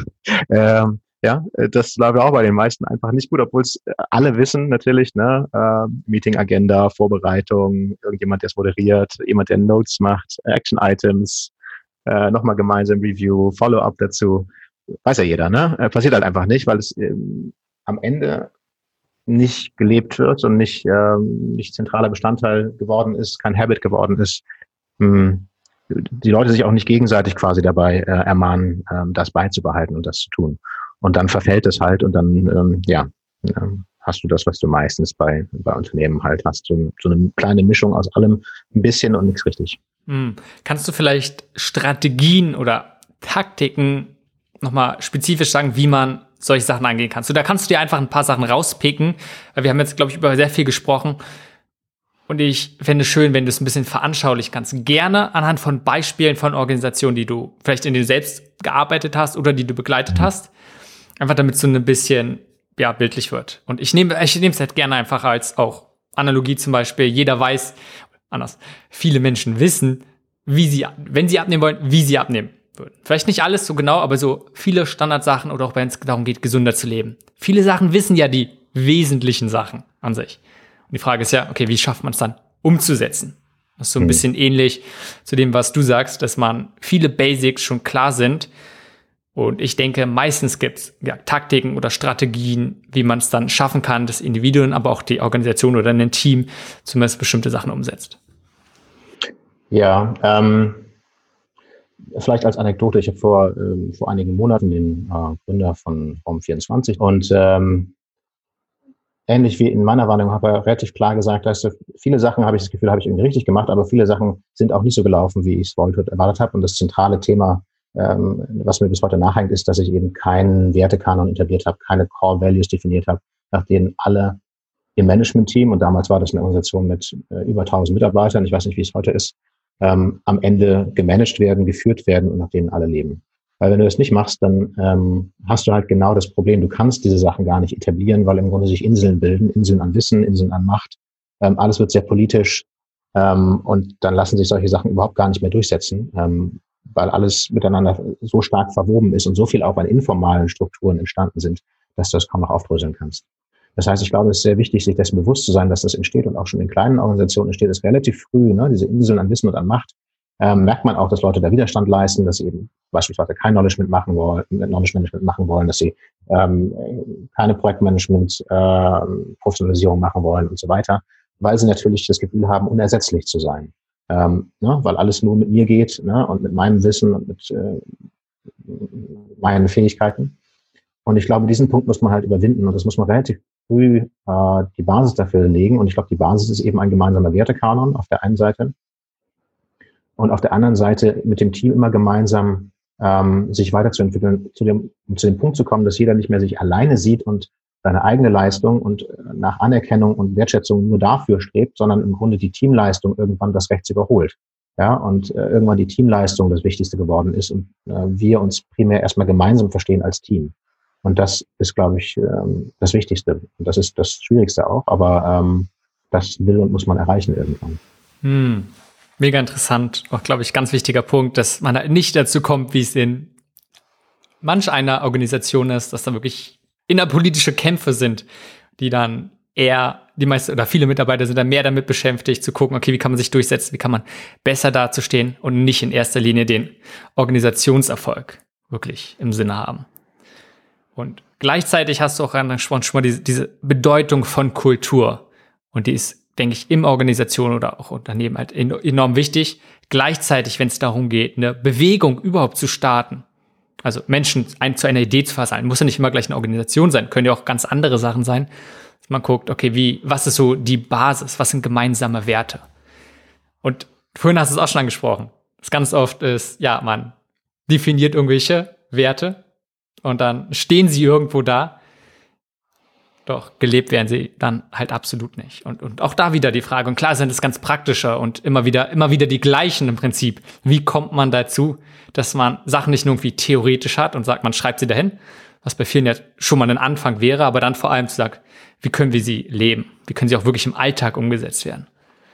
Das läuft auch bei den meisten einfach nicht gut, obwohl es alle wissen natürlich, ne? Meeting-Agenda, Vorbereitung, irgendjemand, der es moderiert, jemand, der Notes macht, Action-Items, nochmal gemeinsam Review, Follow-up dazu. Weiß ja jeder, ne? Passiert halt einfach nicht, weil es am Ende nicht gelebt wird und nicht zentraler Bestandteil geworden ist, kein Habit geworden ist. Die Leute sich auch nicht gegenseitig quasi dabei ermahnen, das beizubehalten und das zu tun. Und dann verfällt es halt und dann, hast du das, was du meistens bei Unternehmen halt hast. So eine kleine Mischung aus allem, ein bisschen und nichts richtig. Kannst du vielleicht Strategien oder Taktiken nochmal spezifisch sagen, wie man solche Sachen angehen kann? So, da kannst du dir einfach ein paar Sachen rauspicken. Wir haben jetzt, glaube ich, über sehr viel gesprochen. Und ich fände es schön, wenn du es ein bisschen veranschaulichen kannst. Gerne anhand von Beispielen von Organisationen, die du vielleicht in denen selbst gearbeitet hast oder die du begleitet hast. Einfach damit es so ein bisschen bildlich wird. Und ich nehme es halt gerne einfach als auch Analogie zum Beispiel. Jeder weiß, viele Menschen wissen, wenn sie abnehmen wollen, wie sie abnehmen würden. Vielleicht nicht alles so genau, aber so viele Standardsachen oder auch wenn es darum geht, gesünder zu leben. Viele Sachen wissen ja die wesentlichen Sachen an sich. Und die Frage ist ja, okay, wie schafft man es dann umzusetzen? Das ist so ein bisschen ähnlich zu dem, was du sagst, dass viele Basics schon klar sind. Und ich denke, meistens gibt es Taktiken oder Strategien, wie man es dann schaffen kann, dass Individuen, aber auch die Organisation oder ein Team zumindest bestimmte Sachen umsetzt. Ja, Vielleicht als Anekdote, ich habe vor einigen Monaten den Gründer von Home24 und ähnlich wie in meiner Wahrnehmung habe er relativ klar gesagt, dass viele Sachen, habe ich das Gefühl, habe ich irgendwie richtig gemacht, aber viele Sachen sind auch nicht so gelaufen, wie ich es wollte und erwartet habe. Und das zentrale Thema, was mir bis heute nachhängt, ist, dass ich eben keinen Wertekanon etabliert habe, keine Core Values definiert habe, nach denen alle im Management-Team, und damals war das eine Organisation mit über 1000 Mitarbeitern, ich weiß nicht, wie es heute ist, am Ende gemanagt werden, geführt werden und nach denen alle leben. Weil wenn du das nicht machst, dann hast du halt genau das Problem. Du kannst diese Sachen gar nicht etablieren, weil im Grunde sich Inseln bilden, Inseln an Wissen, Inseln an Macht. Alles wird sehr politisch und dann lassen sich solche Sachen überhaupt gar nicht mehr durchsetzen, weil alles miteinander so stark verwoben ist und so viel auch an informalen Strukturen entstanden sind, dass du das kaum noch aufdröseln kannst. Das heißt, ich glaube, es ist sehr wichtig, sich dessen bewusst zu sein, dass das entsteht und auch schon in kleinen Organisationen entsteht es relativ früh, ne, diese Inseln an Wissen und an Macht. Merkt man auch, dass Leute da Widerstand leisten, dass sie eben beispielsweise kein Knowledge Management machen wollen, dass sie keine Projektmanagement Professionalisierung machen wollen und so weiter, weil sie natürlich das Gefühl haben, unersetzlich zu sein, ne, weil alles nur mit mir geht, ne, und mit meinem Wissen und mit meinen Fähigkeiten. Und ich glaube, diesen Punkt muss man halt überwinden und das muss man relativ früh die Basis dafür legen. Und ich glaube, die Basis ist eben ein gemeinsamer Wertekanon auf der einen Seite. Und auf der anderen Seite mit dem Team immer gemeinsam sich weiterzuentwickeln, zu dem Punkt zu kommen, dass jeder nicht mehr sich alleine sieht und seine eigene Leistung und nach Anerkennung und Wertschätzung nur dafür strebt, sondern im Grunde die Teamleistung irgendwann das Rechts überholt. Ja, und irgendwann die Teamleistung das Wichtigste geworden ist und wir uns primär erstmal gemeinsam verstehen als Team. Und das ist, glaube ich, das Wichtigste. Und das ist das Schwierigste auch, aber das will und muss man erreichen irgendwann. Mega interessant, auch, glaube ich, ganz wichtiger Punkt, dass man halt nicht dazu kommt, wie es in manch einer Organisation ist, dass da wirklich innerpolitische Kämpfe sind, die dann eher die meisten oder viele Mitarbeiter sind dann mehr damit beschäftigt, zu gucken, okay, wie kann man sich durchsetzen, wie kann man besser dazustehen und nicht in erster Linie den Organisationserfolg wirklich im Sinne haben. Und gleichzeitig hast du auch angesprochen, schon mal diese Bedeutung von Kultur. Und die ist, denke ich, in Organisationen oder auch Unternehmen halt enorm wichtig. Gleichzeitig, wenn es darum geht, eine Bewegung überhaupt zu starten, also Menschen zu einer Idee zu versammeln, muss ja nicht immer gleich eine Organisation sein, können ja auch ganz andere Sachen sein. Dass man guckt, okay, was ist so die Basis, was sind gemeinsame Werte? Und vorhin hast du es auch schon angesprochen. Das ganz oft ist, ja, man definiert irgendwelche Werte und dann stehen sie irgendwo da. Doch gelebt werden sie dann halt absolut nicht. Und auch da wieder die Frage, und klar sind es ganz praktische und immer wieder die gleichen im Prinzip. Wie kommt man dazu, dass man Sachen nicht nur irgendwie theoretisch hat und sagt, man schreibt sie dahin, was bei vielen ja schon mal ein Anfang wäre, aber dann vor allem zu sagen, wie können wir sie leben? Wie können sie auch wirklich im Alltag umgesetzt werden?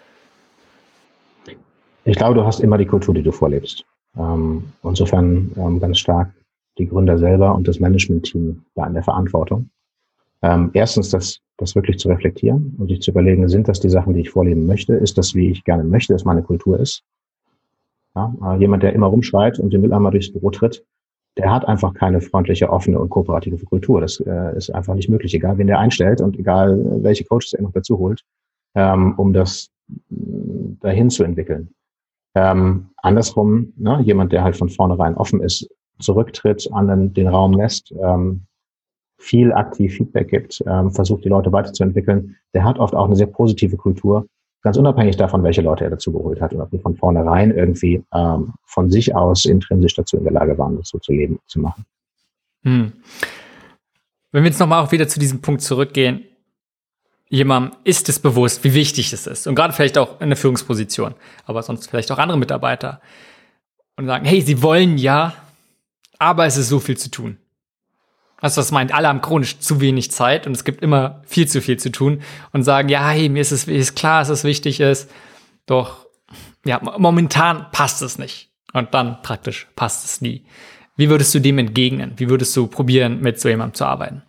Ich glaube, du hast immer die Kultur, die du vorlebst. Insofern ganz stark die Gründer selber und das Management-Team da in der Verantwortung. Erstens, das wirklich zu reflektieren und sich zu überlegen, sind das die Sachen, die ich vorleben möchte? Ist das, wie ich gerne möchte, dass meine Kultur ist? Ja, jemand, der immer rumschreit und den Mülleimer durchs Büro tritt, der hat einfach keine freundliche, offene und kooperative Kultur. Das ist einfach nicht möglich, egal wen der einstellt und egal welche Coaches er noch dazu holt, um das dahin zu entwickeln. Andersrum, ne, jemand, der halt von vornherein offen ist, zurücktritt, anderen den Raum lässt, viel aktiv Feedback gibt, versucht die Leute weiterzuentwickeln, der hat oft auch eine sehr positive Kultur, ganz unabhängig davon, welche Leute er dazu geholt hat und ob die von vornherein irgendwie von sich aus intrinsisch dazu in der Lage waren, das so zu leben, zu machen. Wenn wir jetzt nochmal auch wieder zu diesem Punkt zurückgehen, jemandem ist es bewusst, wie wichtig es ist und gerade vielleicht auch in der Führungsposition, aber sonst vielleicht auch andere Mitarbeiter und sagen, hey, sie wollen ja, aber es ist so viel zu tun. Also das meint, alle haben chronisch zu wenig Zeit und es gibt immer viel zu tun und sagen, ja, hey, mir ist klar, dass es wichtig ist, doch ja, momentan passt es nicht und dann praktisch passt es nie. Wie würdest du dem entgegnen? Wie würdest du probieren, mit so jemandem zu arbeiten?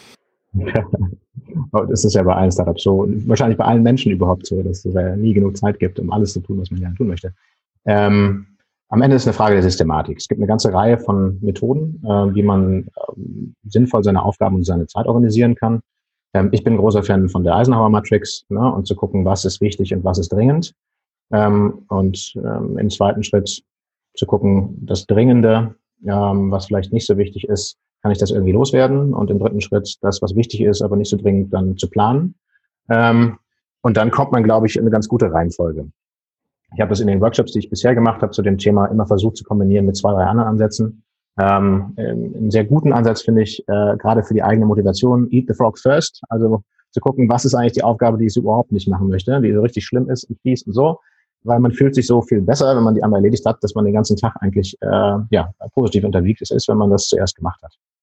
Das ist ja bei allen Startups so, wahrscheinlich bei allen Menschen überhaupt so, dass es ja nie genug Zeit gibt, um alles zu tun, was man gerne tun möchte. Am Ende ist es eine Frage der Systematik. Es gibt eine ganze Reihe von Methoden, wie man sinnvoll seine Aufgaben und seine Zeit organisieren kann. Ich bin ein großer Fan von der Eisenhower-Matrix, ne, und zu gucken, was ist wichtig und was ist dringend. Im zweiten Schritt zu gucken, das Dringende, was vielleicht nicht so wichtig ist, kann ich das irgendwie loswerden? Und im dritten Schritt, das, was wichtig ist, aber nicht so dringend, dann zu planen. Und dann kommt man, glaube ich, in eine ganz gute Reihenfolge. Ich habe das in den Workshops, die ich bisher gemacht habe, zu dem Thema immer versucht zu kombinieren mit 2, 3 anderen Ansätzen. Einen sehr guten Ansatz finde ich, gerade für die eigene Motivation, eat the frog first. Also zu gucken, was ist eigentlich die Aufgabe, die ich so überhaupt nicht machen möchte, die so richtig schlimm ist und fies und so. Weil man fühlt sich so viel besser, wenn man die einmal erledigt hat, dass man den ganzen Tag eigentlich positiv unterwegs ist, wenn man das zuerst gemacht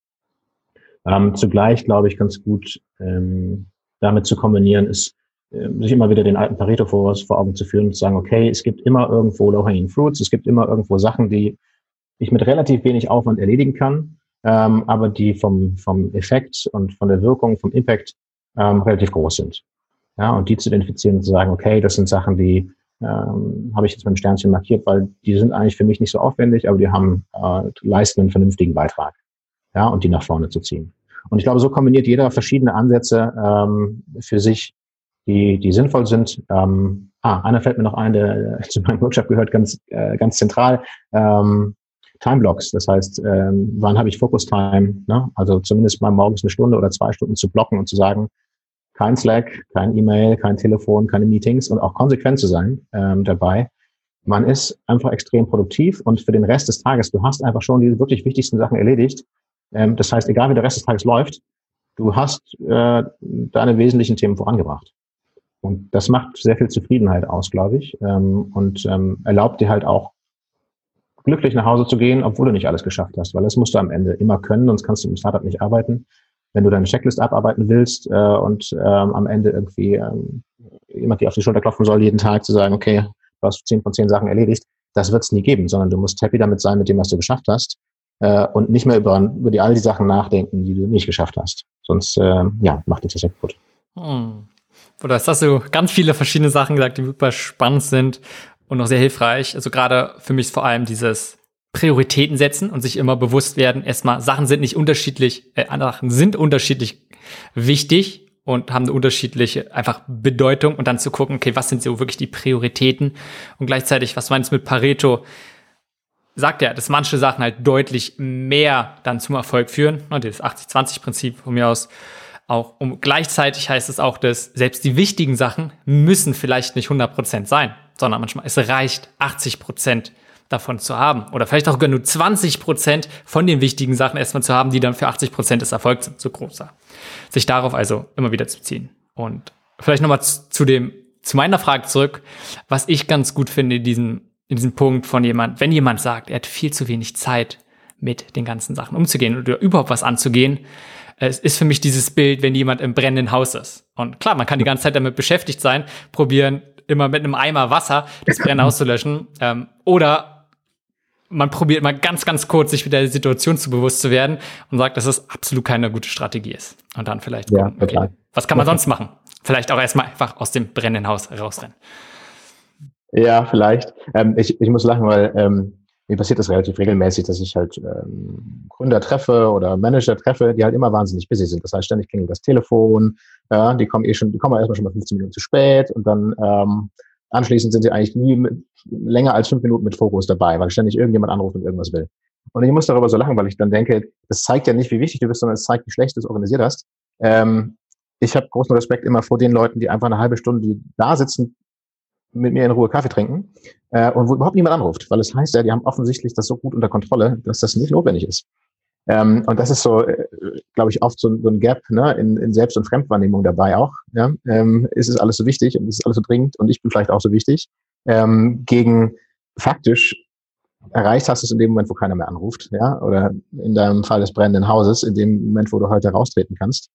hat. Zugleich, glaube ich, ganz gut damit zu kombinieren ist, sich immer wieder den alten Pareto vor Augen zu führen und zu sagen, okay, es gibt immer irgendwo low-hanging fruits, es gibt immer irgendwo Sachen, die ich mit relativ wenig Aufwand erledigen kann, aber die vom Effekt und von der Wirkung, vom Impact relativ groß sind. Ja, und die zu identifizieren und zu sagen, okay, das sind Sachen, die habe ich jetzt mit einem Sternchen markiert, weil die sind eigentlich für mich nicht so aufwendig, aber die leisten einen vernünftigen Beitrag. Ja, und die nach vorne zu ziehen. Und ich glaube, so kombiniert jeder verschiedene Ansätze für sich, die sinnvoll sind. Einer fällt mir noch ein, der zu meinem Workshop gehört, ganz zentral. Timeblocks, das heißt, wann habe ich Focus Time, ne? Also zumindest mal morgens 1 Stunde oder 2 Stunden zu blocken und zu sagen, kein Slack, kein E-Mail, kein Telefon, keine Meetings und auch konsequent zu sein dabei. Man ist einfach extrem produktiv und für den Rest des Tages, du hast einfach schon die wirklich wichtigsten Sachen erledigt. Das heißt, egal wie der Rest des Tages läuft, du hast deine wesentlichen Themen vorangebracht. Und das macht sehr viel Zufriedenheit aus, glaube ich, und erlaubt dir halt auch, glücklich nach Hause zu gehen, obwohl du nicht alles geschafft hast, weil das musst du am Ende immer können, sonst kannst du im Startup nicht arbeiten. Wenn du deine Checklist abarbeiten willst und am Ende irgendwie jemand dir auf die Schulter klopfen soll, jeden Tag zu sagen, okay, du hast 10 von 10 Sachen erledigt, das wird es nie geben, sondern du musst happy damit sein, mit dem, was du geschafft hast und nicht mehr über all die Sachen nachdenken, die du nicht geschafft hast. Sonst macht dich das ja kaputt. Oder hast du ganz viele verschiedene Sachen gesagt, die super spannend sind und auch sehr hilfreich. Also gerade für mich ist vor allem dieses Prioritäten setzen und sich immer bewusst werden, erstmal, Sachen sind unterschiedlich wichtig und haben eine unterschiedliche einfach Bedeutung und dann zu gucken, okay, was sind so wirklich die Prioritäten und gleichzeitig, was meinst du mit Pareto? Sagt ja, dass manche Sachen halt deutlich mehr dann zum Erfolg führen, das 80-20-Prinzip von mir aus. Auch gleichzeitig heißt es auch, dass selbst die wichtigen Sachen müssen vielleicht nicht 100% sein, sondern manchmal es reicht 80% davon zu haben oder vielleicht auch sogar nur 20% von den wichtigen Sachen erstmal zu haben, die dann für 80% des Erfolgs sind, so großer. Sich darauf also immer wieder zu beziehen. Und vielleicht nochmal zu meiner Frage zurück, was ich ganz gut finde in diesem Punkt von wenn jemand sagt, er hat viel zu wenig Zeit, mit den ganzen Sachen umzugehen oder überhaupt was anzugehen. Es ist für mich dieses Bild, wenn jemand im brennenden Haus ist. Und klar, man kann die ganze Zeit damit beschäftigt sein, probieren, immer mit einem Eimer Wasser das Brennen auszulöschen. Oder man probiert mal ganz, ganz kurz, sich wieder der Situation zu bewusst zu werden und sagt, dass das absolut keine gute Strategie ist. Und dann vielleicht gucken, okay, was kann man sonst machen? Vielleicht auch erstmal einfach aus dem brennenden Haus rausrennen. Ja, vielleicht. Ich muss lachen, weil mir passiert das relativ regelmäßig, dass ich halt Gründer treffe oder Manager treffe, die halt immer wahnsinnig busy sind. Das heißt, ständig klingelt das Telefon, die kommen erstmal schon mal 15 Minuten zu spät und dann anschließend sind sie eigentlich nie länger als 5 Minuten mit Fokus dabei, weil ständig irgendjemand anruft und irgendwas will. Und ich muss darüber so lachen, weil ich dann denke, das zeigt ja nicht, wie wichtig du bist, sondern es zeigt, wie schlecht du es organisiert hast. Ich habe großen Respekt immer vor den Leuten, die einfach eine halbe Stunde die da sitzen, mit mir in Ruhe Kaffee trinken und wo überhaupt niemand anruft, weil es heißt ja, die haben offensichtlich das so gut unter Kontrolle, dass das nicht notwendig ist. Und das ist so, glaube ich, oft so ein Gap, ne, in Selbst- und Fremdwahrnehmung dabei auch. Ja? Ist es alles so wichtig und ist es alles so dringend und ich bin vielleicht auch so wichtig, gegen faktisch erreicht hast du es in dem Moment, wo keiner mehr anruft, ja, oder in deinem Fall des brennenden Hauses, in dem Moment, wo du heute raustreten kannst.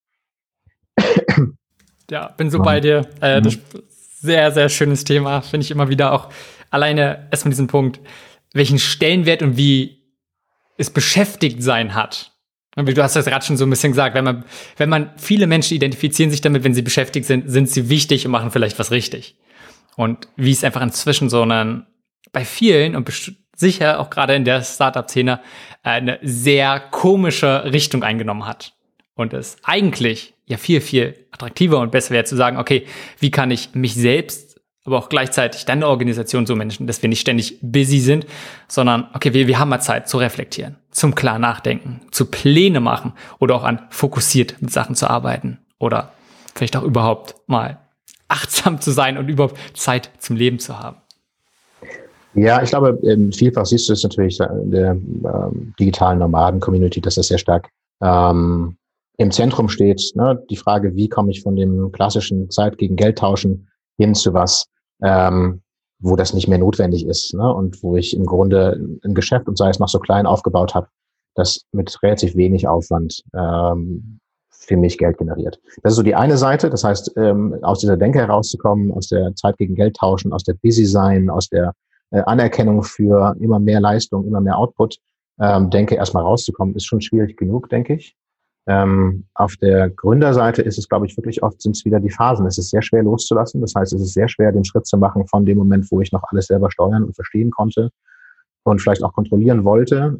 Ja, bin so bei dir. Das sehr, sehr schönes Thema. Finde ich immer wieder auch alleine erstmal diesen Punkt, welchen Stellenwert und wie es beschäftigt sein hat. Und du hast das gerade schon so ein bisschen gesagt, wenn man viele Menschen identifizieren sich damit, wenn sie beschäftigt sind, sind sie wichtig und machen vielleicht was richtig. Und wie es einfach inzwischen bei vielen und sicher auch gerade in der Startup-Szene eine sehr komische Richtung eingenommen hat. Und es eigentlich ja viel, viel attraktiver und besser wäre zu sagen, okay, wie kann ich mich selbst aber auch gleichzeitig deine Organisation so managen, dass wir nicht ständig busy sind, sondern, okay, wir haben mal Zeit zu reflektieren, zum klar nachdenken, zu Pläne machen oder auch an fokussiert mit Sachen zu arbeiten oder vielleicht auch überhaupt mal achtsam zu sein und überhaupt Zeit zum Leben zu haben. Ja, ich glaube, vielfach siehst du es natürlich in der digitalen Nomaden-Community, dass das sehr stark im Zentrum steht. Ne? Die Frage, wie komme ich von dem klassischen Zeit gegen Geld tauschen hin zu was, wo das nicht mehr notwendig ist, ne? Und wo ich im Grunde ein Geschäft, und sei es noch so klein, aufgebaut habe, das mit relativ wenig Aufwand für mich Geld generiert. Das ist so die eine Seite, das heißt, aus dieser Denke herauszukommen, aus der Zeit gegen Geld tauschen, aus der Busy sein, aus der Anerkennung für immer mehr Leistung, immer mehr Output, Denke erstmal rauszukommen, ist schon schwierig genug, denke ich. Auf der Gründerseite ist es, glaube ich, wirklich oft sind es wieder die Phasen. Es ist sehr schwer loszulassen. Das heißt, es ist sehr schwer, den Schritt zu machen von dem Moment, wo ich noch alles selber steuern und verstehen konnte und vielleicht auch kontrollieren wollte,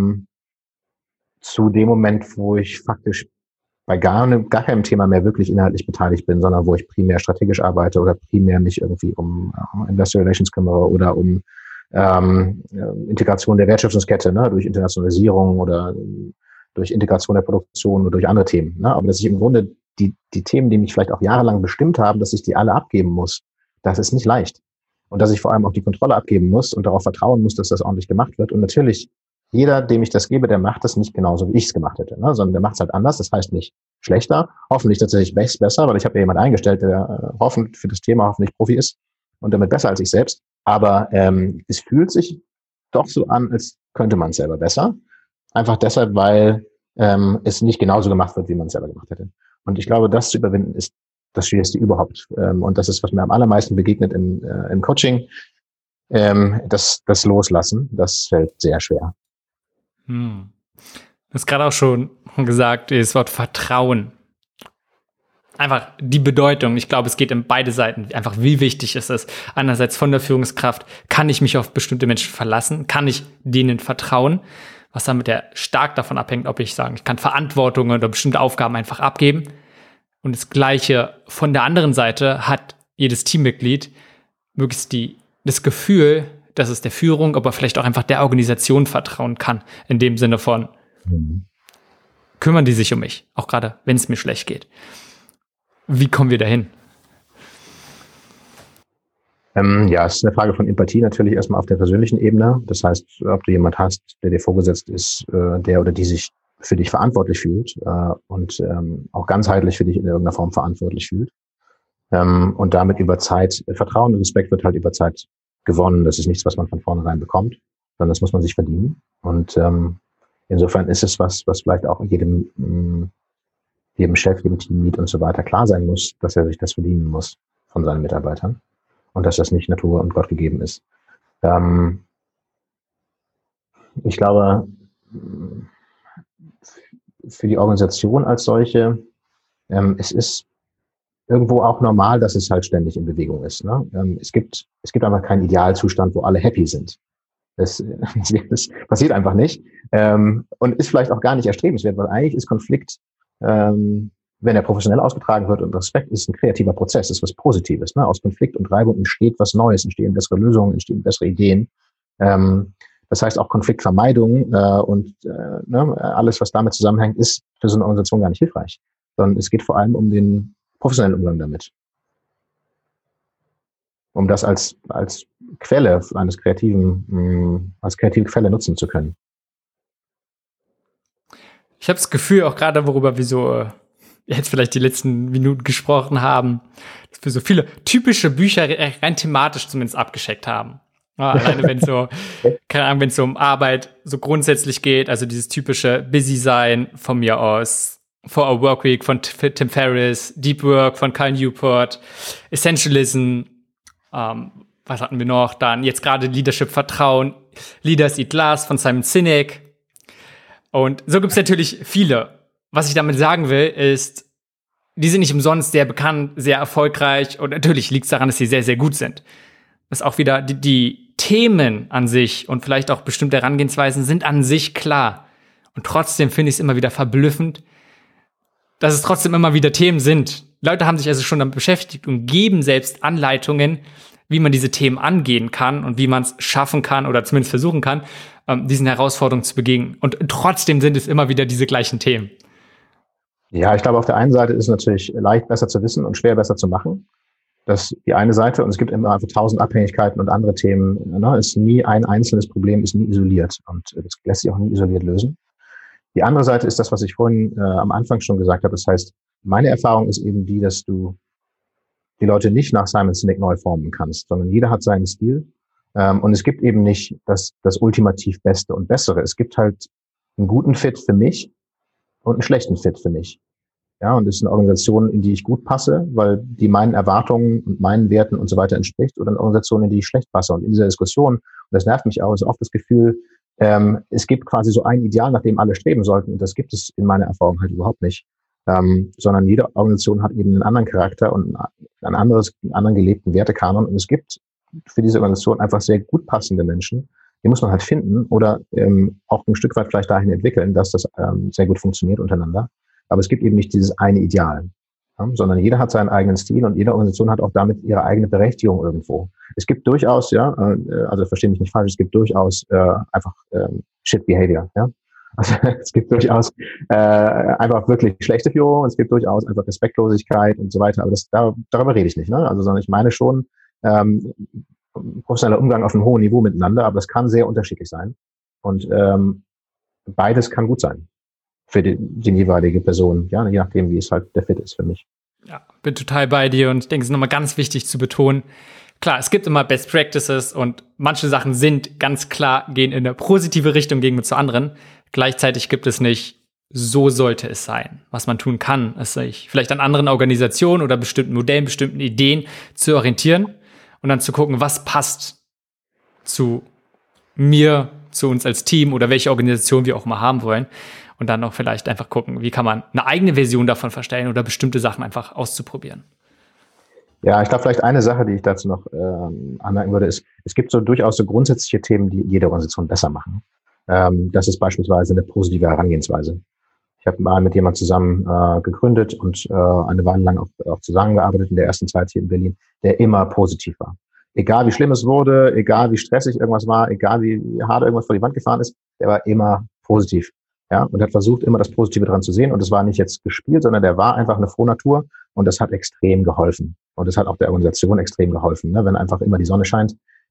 zu dem Moment, wo ich faktisch bei gar keinem Thema mehr wirklich inhaltlich beteiligt bin, sondern wo ich primär strategisch arbeite oder primär mich irgendwie um Investor Relations kümmere oder um Integration der Wertschöpfungskette, ne, durch Internationalisierung oder durch Integration der Produktion oder durch andere Themen. Ne? Aber dass ich im Grunde die Themen, die mich vielleicht auch jahrelang bestimmt haben, dass ich die alle abgeben muss, das ist nicht leicht. Und dass ich vor allem auch die Kontrolle abgeben muss und darauf vertrauen muss, dass das ordentlich gemacht wird. Und natürlich, jeder, dem ich das gebe, der macht das nicht genauso, wie ich es gemacht hätte, ne? Sondern der macht es halt anders. Das heißt nicht schlechter, hoffentlich tatsächlich besser, weil ich habe ja jemanden eingestellt, der hoffentlich für das Thema hoffentlich Profi ist und damit besser als ich selbst. Aber es fühlt sich doch so an, als könnte man es selber besser. Einfach deshalb, weil es nicht genauso gemacht wird, wie man es selber gemacht hätte. Und ich glaube, das zu überwinden ist das Schwierigste überhaupt. Und das ist, was mir am allermeisten begegnet im Coaching. Das Loslassen, das fällt sehr schwer. Du hast gerade auch schon gesagt, das Wort Vertrauen. Einfach die Bedeutung. Ich glaube, es geht in beide Seiten. Einfach, wie wichtig ist es? Einerseits von der Führungskraft, kann ich mich auf bestimmte Menschen verlassen? Kann ich denen vertrauen? Was damit ja stark davon abhängt, ob ich ich kann Verantwortung oder bestimmte Aufgaben einfach abgeben. Und das Gleiche von der anderen Seite hat jedes Teammitglied möglichst das Gefühl, dass es der Führung, aber vielleicht auch einfach der Organisation vertrauen kann. In dem Sinne von, kümmern die sich um mich, auch gerade wenn es mir schlecht geht. Wie kommen wir dahin? Ja, es ist eine Frage von Empathie natürlich erstmal auf der persönlichen Ebene. Das heißt, ob du jemand hast, der dir vorgesetzt ist, der oder die sich für dich verantwortlich fühlt und auch ganzheitlich für dich in irgendeiner Form verantwortlich fühlt. Und damit über Zeit, Vertrauen und Respekt wird halt über Zeit gewonnen. Das ist nichts, was man von vornherein bekommt, sondern das muss man sich verdienen. Und insofern ist es was vielleicht auch jedem Chef, jedem Teamlead und so weiter klar sein muss, dass er sich das verdienen muss von seinen Mitarbeitern. Und dass das nicht Natur und Gott gegeben ist. Ich glaube, für die Organisation als solche, es ist irgendwo auch normal, dass es halt ständig in Bewegung ist. Ne? Es gibt einfach keinen Idealzustand, wo alle happy sind. Das passiert einfach nicht und ist vielleicht auch gar nicht erstrebenswert, weil eigentlich ist Konflikt, wenn er professionell ausgetragen wird und Respekt ist ein kreativer Prozess, ist was Positives. Ne? Aus Konflikt und Reibung entsteht was Neues, entstehen bessere Lösungen, entstehen bessere Ideen. Das heißt auch Konfliktvermeidung und alles, was damit zusammenhängt, ist für so eine Organisation gar nicht hilfreich. Sondern es geht vor allem um den professionellen Umgang damit. Um das als Quelle als kreative Quelle nutzen zu können. Ich habe das Gefühl, auch gerade worüber wir so jetzt vielleicht die letzten Minuten gesprochen haben, dass wir so viele typische Bücher rein thematisch zumindest abgescheckt haben. Ja, alleine wenn es so um Arbeit so grundsätzlich geht, also dieses typische Busy sein von mir aus, 4-Hour Workweek von Tim Ferriss, Deep Work von Cal Newport, Essentialism, was hatten wir noch? Dann jetzt gerade Leadership Vertrauen, Leaders Eat Last von Simon Sinek. Und so gibt es natürlich viele. Was ich damit sagen will, ist, die sind nicht umsonst sehr bekannt, sehr erfolgreich und natürlich liegt es daran, dass sie sehr, sehr gut sind. Das ist auch wieder die Themen an sich und vielleicht auch bestimmte Herangehensweisen sind an sich klar. Und trotzdem finde ich es immer wieder verblüffend, dass es trotzdem immer wieder Themen sind. Leute haben sich also schon damit beschäftigt und geben selbst Anleitungen, wie man diese Themen angehen kann und wie man es schaffen kann oder zumindest versuchen kann, diesen Herausforderungen zu begegnen. Und trotzdem sind es immer wieder diese gleichen Themen. Ja, ich glaube, auf der einen Seite ist es natürlich leicht besser zu wissen und schwer besser zu machen. Das ist die eine Seite, und es gibt immer einfach 1000 Abhängigkeiten und andere Themen. Ne? Ist nie ein einzelnes Problem, ist nie isoliert, und das lässt sich auch nie isoliert lösen. Die andere Seite ist das, was ich vorhin am Anfang schon gesagt habe. Das heißt, meine Erfahrung ist eben die, dass du die Leute nicht nach Simon Sinek neu formen kannst, sondern jeder hat seinen Stil. Und es gibt eben nicht das ultimativ Beste und Bessere. Es gibt halt einen guten Fit für mich und einen schlechten Fit für mich. Ja, und das ist eine Organisation, in die ich gut passe, weil die meinen Erwartungen und meinen Werten und so weiter entspricht, oder eine Organisation, in die ich schlecht passe. Und in dieser Diskussion, und das nervt mich auch, ist oft das Gefühl, es gibt quasi so ein Ideal, nach dem alle streben sollten. Und das gibt es in meiner Erfahrung halt überhaupt nicht. Sondern jede Organisation hat eben einen anderen Charakter und einen anderen gelebten Wertekanon. Und es gibt für diese Organisation einfach sehr gut passende Menschen. Die muss man halt finden oder auch ein Stück weit vielleicht dahin entwickeln, dass das sehr gut funktioniert untereinander. Aber es gibt eben nicht dieses eine Ideal, ja, sondern jeder hat seinen eigenen Stil, und jede Organisation hat auch damit ihre eigene Berechtigung irgendwo. Es gibt durchaus, also verstehe mich nicht falsch, es gibt durchaus einfach Shit Behavior, ja. Also es gibt durchaus einfach wirklich schlechte Führung, es gibt durchaus einfach Respektlosigkeit und so weiter, aber darüber rede ich nicht, ne? Also, sondern ich meine schon professioneller Umgang auf einem hohen Niveau miteinander, aber das kann sehr unterschiedlich sein, und beides kann gut sein für die jeweilige Person, ja, je nachdem, wie es halt der Fit ist für mich. Ja, bin total bei dir, und ich denke, es ist nochmal ganz wichtig zu betonen, klar, es gibt immer Best Practices und manche Sachen sind ganz klar, gehen in eine positive Richtung gegenüber zu anderen. Gleichzeitig gibt es nicht, so sollte es sein. Was man tun kann, ist sich vielleicht an anderen Organisationen oder bestimmten Modellen, bestimmten Ideen zu orientieren und dann zu gucken, was passt zu mir, zu uns als Team oder welche Organisation wir auch mal haben wollen. Und dann auch vielleicht einfach gucken, wie kann man eine eigene Version davon verstellen oder bestimmte Sachen einfach auszuprobieren. Ja, ich glaube, vielleicht eine Sache, die ich dazu noch anmerken würde, ist, es gibt so durchaus so grundsätzliche Themen, die jede Organisation besser machen. Das ist beispielsweise eine positive Herangehensweise. Ich habe mal mit jemandem zusammen gegründet und eine Weile lang auch zusammengearbeitet in der ersten Zeit hier in Berlin, der immer positiv war. Egal wie schlimm es wurde, egal wie stressig irgendwas war, egal wie hart irgendwas vor die Wand gefahren ist, der war immer positiv. Ja, und hat versucht, immer das Positive dran zu sehen. Und es war nicht jetzt gespielt, sondern der war einfach eine frohe Natur. Und das hat extrem geholfen. Und das hat auch der Organisation extrem geholfen, ne? Wenn einfach immer die Sonne scheint.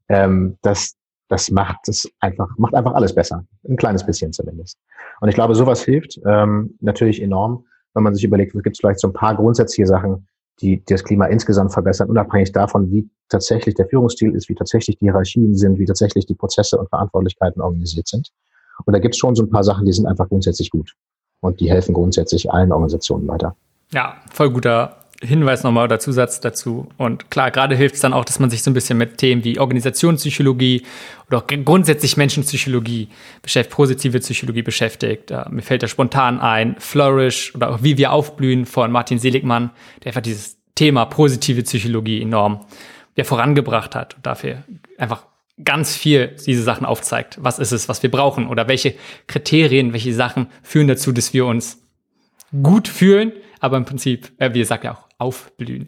Das macht einfach alles besser. Ein kleines bisschen zumindest. Und ich glaube, sowas hilft natürlich enorm, wenn man sich überlegt, gibt es vielleicht so ein paar grundsätzliche Sachen, die das Klima insgesamt verbessern, unabhängig davon, wie tatsächlich der Führungsstil ist, wie tatsächlich die Hierarchien sind, wie tatsächlich die Prozesse und Verantwortlichkeiten organisiert sind. Und da gibt es schon so ein paar Sachen, die sind einfach grundsätzlich gut. Und die helfen grundsätzlich allen Organisationen weiter. Ja, voll guter Hinweis nochmal oder Zusatz dazu. Und klar, gerade hilft es dann auch, dass man sich so ein bisschen mit Themen wie Organisationspsychologie oder auch grundsätzlich Menschenpsychologie beschäftigt, positive Psychologie beschäftigt. Mir fällt da spontan ein Flourish oder auch Wie wir aufblühen von Martin Seligmann, der einfach dieses Thema positive Psychologie enorm vorangebracht hat und dafür einfach ganz viel diese Sachen aufzeigt. Was ist es, was wir brauchen, oder welche Kriterien, welche Sachen führen dazu, dass wir uns gut fühlen, aber im Prinzip, wie ihr sagt ja auch, aufblühen.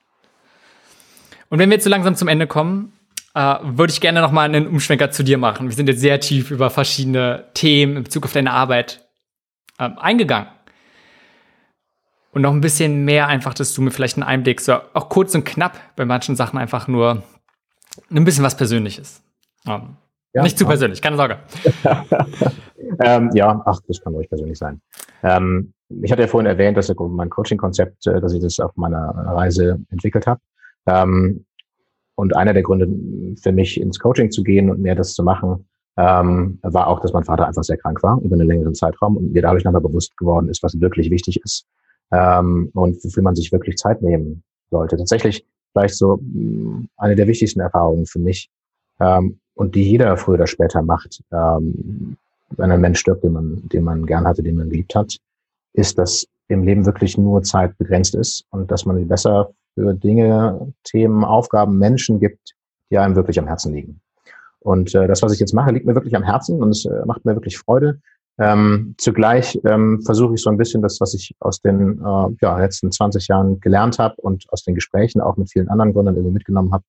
Und wenn wir jetzt so langsam zum Ende kommen, würde ich gerne nochmal einen Umschwenker zu dir machen. Wir sind jetzt sehr tief über verschiedene Themen in Bezug auf deine Arbeit eingegangen. Und noch ein bisschen mehr einfach, dass du mir vielleicht einen Einblick, so auch kurz und knapp, bei manchen Sachen einfach nur ein bisschen was Persönliches. Ja, nicht zu persönlich, keine Sorge. Das kann ruhig persönlich sein. Ich hatte ja vorhin erwähnt, dass mein Coaching-Konzept, dass ich das auf meiner Reise entwickelt habe. Und einer der Gründe für mich ins Coaching zu gehen und mehr das zu machen, war auch, dass mein Vater einfach sehr krank war über einen längeren Zeitraum und mir dadurch nochmal bewusst geworden ist, was wirklich wichtig ist und wofür man sich wirklich Zeit nehmen sollte. Tatsächlich vielleicht so eine der wichtigsten Erfahrungen für mich und die jeder früher oder später macht, wenn ein Mensch stirbt, den man gern hatte, den man geliebt hat, ist, dass im Leben wirklich nur Zeit begrenzt ist und dass man besser für Dinge, Themen, Aufgaben, Menschen gibt, die einem wirklich am Herzen liegen. Und das, was ich jetzt mache, liegt mir wirklich am Herzen und es macht mir wirklich Freude. Zugleich versuche ich so ein bisschen das, was ich aus den letzten 20 Jahren gelernt habe und aus den Gesprächen auch mit vielen anderen Gründern irgendwie mitgenommen habe,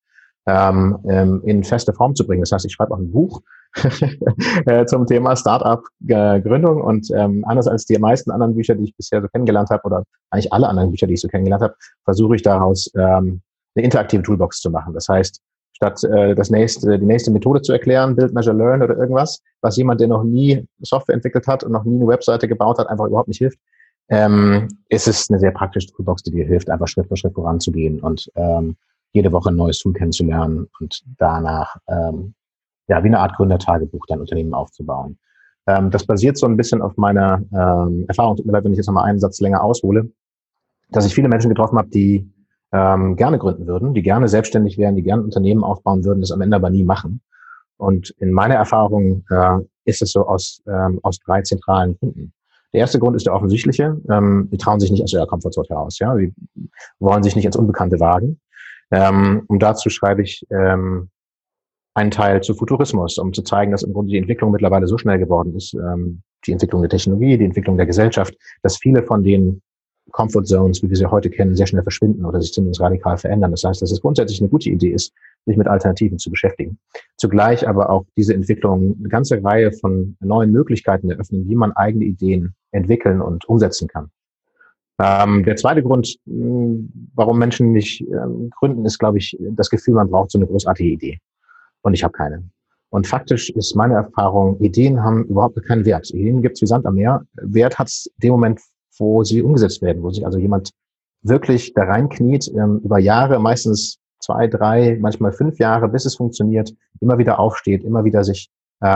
in feste Form zu bringen. Das heißt, ich schreibe auch ein Buch zum Thema Startup-Gründung und anders als die meisten anderen Bücher, die ich bisher so kennengelernt habe, oder eigentlich alle anderen Bücher, die ich so kennengelernt habe, versuche ich daraus eine interaktive Toolbox zu machen. Das heißt, statt die nächste Methode zu erklären, Build, Measure, Learn oder irgendwas, was jemand, der noch nie Software entwickelt hat und noch nie eine Webseite gebaut hat, einfach überhaupt nicht hilft, ist es eine sehr praktische Toolbox, die dir hilft, einfach Schritt für Schritt voranzugehen und jede Woche ein neues Tool kennenzulernen und danach wie eine Art Gründertagebuch dein Unternehmen aufzubauen. Das basiert so ein bisschen auf meiner Erfahrung, tut mir leid, wenn ich jetzt nochmal einen Satz länger aushole, dass ich viele Menschen getroffen habe, die gerne gründen würden, die gerne selbstständig wären, die gerne Unternehmen aufbauen würden, das am Ende aber nie machen. Und in meiner Erfahrung ist es so aus 3 zentralen Gründen. Der erste Grund ist der offensichtliche. Die trauen sich nicht aus ihrer Komfortzone heraus. Ja? Sie wollen sich nicht ins Unbekannte wagen. Und dazu schreibe ich einen Teil zu Futurismus, um zu zeigen, dass im Grunde die Entwicklung mittlerweile so schnell geworden ist, die Entwicklung der Technologie, die Entwicklung der Gesellschaft, dass viele von den Comfort Zones, wie wir sie heute kennen, sehr schnell verschwinden oder sich zumindest radikal verändern. Das heißt, dass es grundsätzlich eine gute Idee ist, sich mit Alternativen zu beschäftigen. Zugleich aber auch diese Entwicklung eine ganze Reihe von neuen Möglichkeiten eröffnen, wie man eigene Ideen entwickeln und umsetzen kann. Der zweite Grund, warum Menschen nicht gründen, ist, glaube ich, das Gefühl, man braucht so eine großartige Idee. Und ich habe keine. Und faktisch ist meine Erfahrung, Ideen haben überhaupt keinen Wert. Ideen gibt es wie Sand am Meer. Wert hat es in dem Moment, wo sie umgesetzt werden, wo sich also jemand wirklich da reinkniet, über Jahre, meistens 2, 3, manchmal 5 Jahre, bis es funktioniert, immer wieder aufsteht, immer wieder sich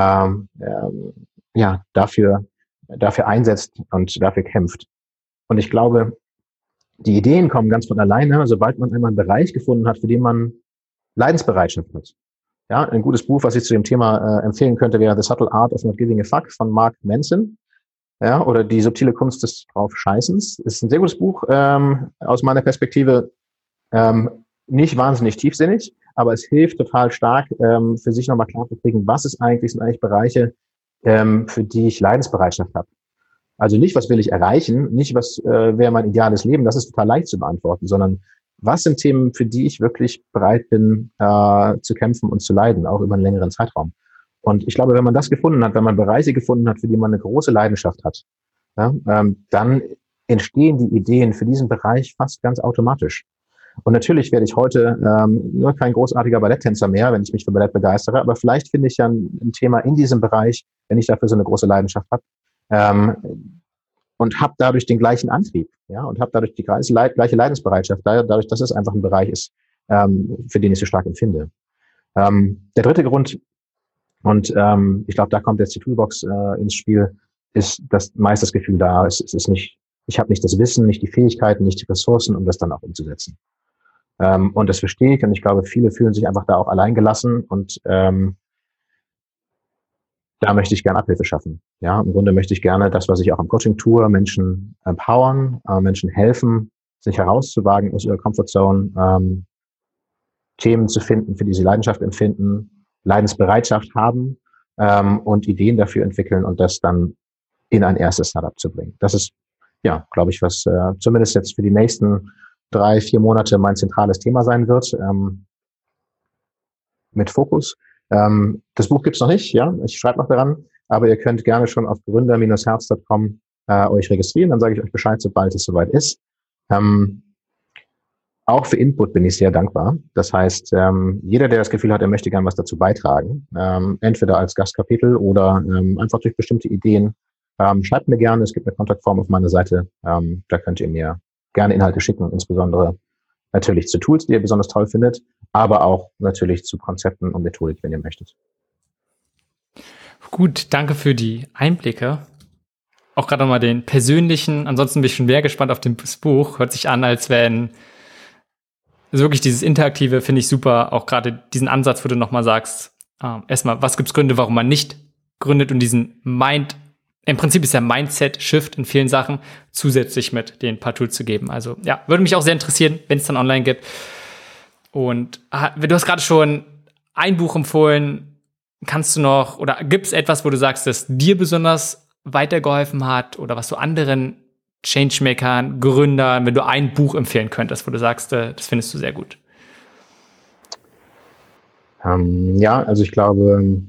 dafür einsetzt und dafür kämpft. Und ich glaube, die Ideen kommen ganz von alleine, sobald man einmal einen Bereich gefunden hat, für den man Leidensbereitschaft hat. Ja, ein gutes Buch, was ich zu dem Thema empfehlen könnte, wäre The Subtle Art of Not Giving a Fuck von Mark Manson. Ja, oder Die subtile Kunst des Draufscheißens. Ist ein sehr gutes Buch, aus meiner Perspektive nicht wahnsinnig tiefsinnig, aber es hilft total stark, für sich nochmal klar zu kriegen, sind eigentlich Bereiche, für die ich Leidensbereitschaft habe. Also nicht, was will ich erreichen, nicht, was wäre mein ideales Leben, das ist total leicht zu beantworten, sondern was sind Themen, für die ich wirklich bereit bin, zu kämpfen und zu leiden, auch über einen längeren Zeitraum. Und ich glaube, wenn man das gefunden hat, wenn man Bereiche gefunden hat, für die man eine große Leidenschaft hat, ja, dann entstehen die Ideen für diesen Bereich fast ganz automatisch. Und natürlich werde ich heute nur kein großartiger Balletttänzer mehr, wenn ich mich für Ballett begeistere, aber vielleicht finde ich ja ein Thema in diesem Bereich, wenn ich dafür so eine große Leidenschaft habe, und habe dadurch den gleichen Antrieb, ja, und habe dadurch die gleiche Leidensbereitschaft, dadurch, dass es einfach ein Bereich ist, für den ich so stark empfinde. Der dritte Grund, und ich glaube, da kommt jetzt die Toolbox ins Spiel, ist, dass meist das Gefühl da ist, es ist nicht, ich habe nicht das Wissen, nicht die Fähigkeiten, nicht die Ressourcen, um das dann auch umzusetzen. Und das verstehe ich, und ich glaube, viele fühlen sich einfach da auch alleingelassen, und da möchte ich gerne Abhilfe schaffen. Ja, im Grunde möchte ich gerne das, was ich auch im Coaching tue, Menschen empowern, Menschen helfen, sich herauszuwagen aus ihrer Comfortzone, Themen zu finden, für die sie Leidenschaft empfinden, Leidensbereitschaft haben, und Ideen dafür entwickeln und das dann in ein erstes Startup zu bringen. Das ist, ja, glaube ich, was zumindest jetzt für die nächsten 3, 4 Monate mein zentrales Thema sein wird, mit Fokus. Das Buch gibt's noch nicht, ja, ich schreibe noch daran, aber ihr könnt gerne schon auf gründer-herz.com euch registrieren, dann sage ich euch Bescheid, sobald es soweit ist. Auch für Input bin ich sehr dankbar. Das heißt, jeder, der das Gefühl hat, er möchte gerne was dazu beitragen, entweder als Gastkapitel oder einfach durch bestimmte Ideen, schreibt mir gerne, es gibt eine Kontaktform auf meiner Seite, da könnt ihr mir gerne Inhalte schicken, insbesondere natürlich zu Tools, die ihr besonders toll findet, aber auch natürlich zu Konzepten und Methodik, wenn ihr möchtet. Gut, danke für die Einblicke. Auch gerade nochmal den persönlichen, ansonsten bin ich schon sehr gespannt auf das Buch. Hört sich an, als wenn also wirklich dieses Interaktive finde ich super, auch gerade diesen Ansatz, wo du nochmal sagst, erstmal, was gibt's Gründe, warum man nicht gründet, und diesen im Prinzip ist der Mindset-Shift in vielen Sachen zusätzlich mit den paar Tools zu geben. Also ja, würde mich auch sehr interessieren, wenn es dann online gibt. Und du hast gerade schon ein Buch empfohlen, kannst du noch, oder gibt es etwas, wo du sagst, das dir besonders weitergeholfen hat, oder was du anderen Changemakern, Gründern, wenn du ein Buch empfehlen könntest, wo du sagst, das findest du sehr gut? Ja, also ich glaube,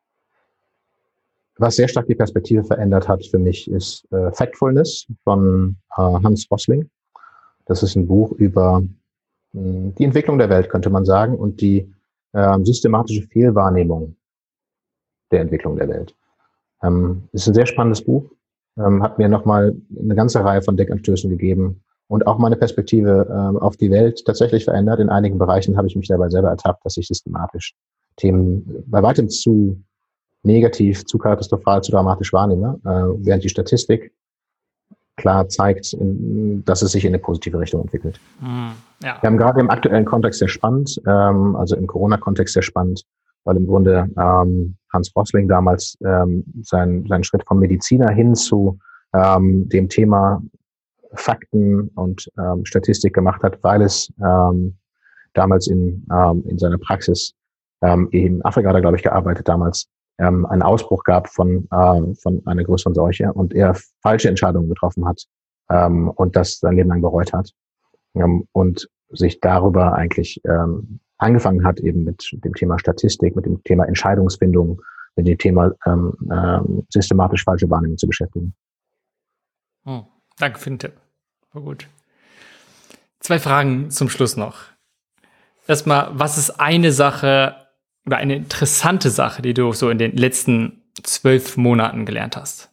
was sehr stark die Perspektive verändert hat für mich, ist Factfulness von Hans Rosling. Das ist ein Buch über die Entwicklung der Welt, könnte man sagen, und die systematische Fehlwahrnehmung der Entwicklung der Welt. Ist ein sehr spannendes Buch, hat mir nochmal eine ganze Reihe von Denkanstößen gegeben und auch meine Perspektive auf die Welt tatsächlich verändert. In einigen Bereichen habe ich mich dabei selber ertappt, dass ich systematisch Themen bei weitem zu negativ, zu katastrophal, zu dramatisch wahrnehme, während die Statistik klar zeigt, dass es sich in eine positive Richtung entwickelt. Ja. Wir haben gerade im aktuellen Kontext sehr spannend, also im Corona-Kontext sehr spannend, weil im Grunde Hans Rosling damals seinen Schritt vom Mediziner hin zu dem Thema Fakten und Statistik gemacht hat, weil es damals in seiner Praxis in Afrika hat er, glaube ich, gearbeitet damals, einen Ausbruch gab von einer größeren Seuche und er falsche Entscheidungen getroffen hat und das sein Leben lang bereut hat und sich darüber eigentlich angefangen hat, eben mit dem Thema Statistik, mit dem Thema Entscheidungsfindung, mit dem Thema systematisch falsche Wahrnehmung zu beschäftigen. Danke für den Tipp. War gut. 2 Fragen zum Schluss noch. Erstmal, was ist eine Sache oder eine interessante Sache, die du so in den letzten 12 Monaten gelernt hast?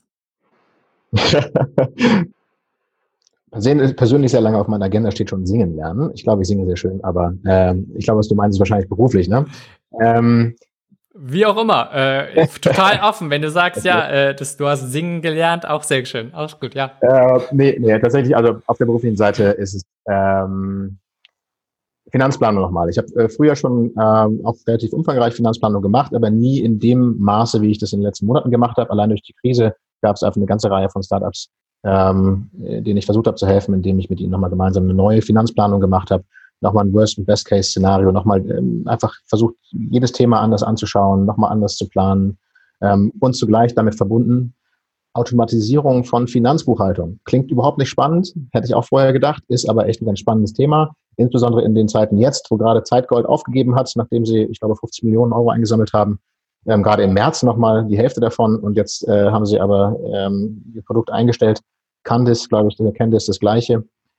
Persönlich sehr lange auf meiner Agenda steht schon Singen lernen. Ich glaube, ich singe sehr schön, aber ich glaube, was du meinst, ist wahrscheinlich beruflich, ne? Wie auch immer. Total offen, wenn du sagst, okay. Du hast Singen gelernt, auch sehr schön. Auch gut, ja. Nee, tatsächlich, also auf der beruflichen Seite ist es Finanzplanung nochmal. Ich habe früher schon auch relativ umfangreich Finanzplanung gemacht, aber nie in dem Maße, wie ich das in den letzten Monaten gemacht habe. Allein durch die Krise gab es einfach eine ganze Reihe von Startups, denen ich versucht habe zu helfen, indem ich mit ihnen nochmal gemeinsam eine neue Finanzplanung gemacht habe. Nochmal ein Worst- und Best-Case-Szenario, nochmal einfach versucht, jedes Thema anders anzuschauen, nochmal anders zu planen und zugleich damit verbunden, Automatisierung von Finanzbuchhaltung. Klingt überhaupt nicht spannend, hätte ich auch vorher gedacht, ist aber echt ein ganz spannendes Thema, insbesondere in den Zeiten jetzt, wo gerade Zeitgold aufgegeben hat, nachdem sie, ich glaube, 50 Millionen Euro eingesammelt haben. Gerade im März nochmal die Hälfte davon und jetzt haben sie aber ihr Produkt eingestellt. Candice, glaube ich, Candice das Gleiche.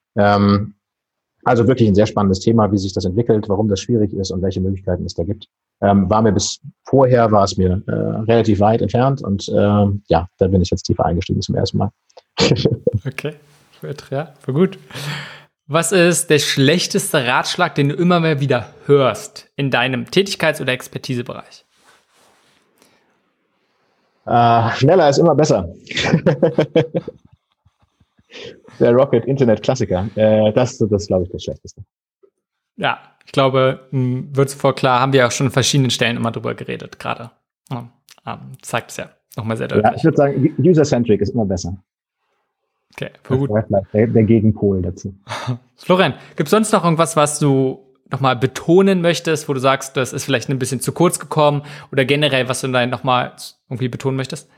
Also wirklich ein sehr spannendes Thema, wie sich das entwickelt, warum das schwierig ist und welche Möglichkeiten es da gibt. War es mir relativ weit entfernt und da bin ich jetzt tiefer eingestiegen zum ersten Mal. Okay, ja, voll gut. Was ist der schlechteste Ratschlag, den du immer mal wieder hörst in deinem Tätigkeits- oder Expertisebereich? Schneller ist immer besser. Der Rocket-Internet-Klassiker. Das ist, glaube ich, das Schlechteste. Ja, ich glaube, wird sofort klar, haben wir auch schon an verschiedenen Stellen immer drüber geredet, gerade. Zeigt es ja nochmal sehr deutlich. Ja, ich würde sagen, User-Centric ist immer besser. Okay, gut. Das wäre vielleicht der Gegenpol dazu. Florian, gibt es sonst noch irgendwas, was du nochmal betonen möchtest, wo du sagst, das ist vielleicht ein bisschen zu kurz gekommen oder generell, was du dann nochmal irgendwie betonen möchtest?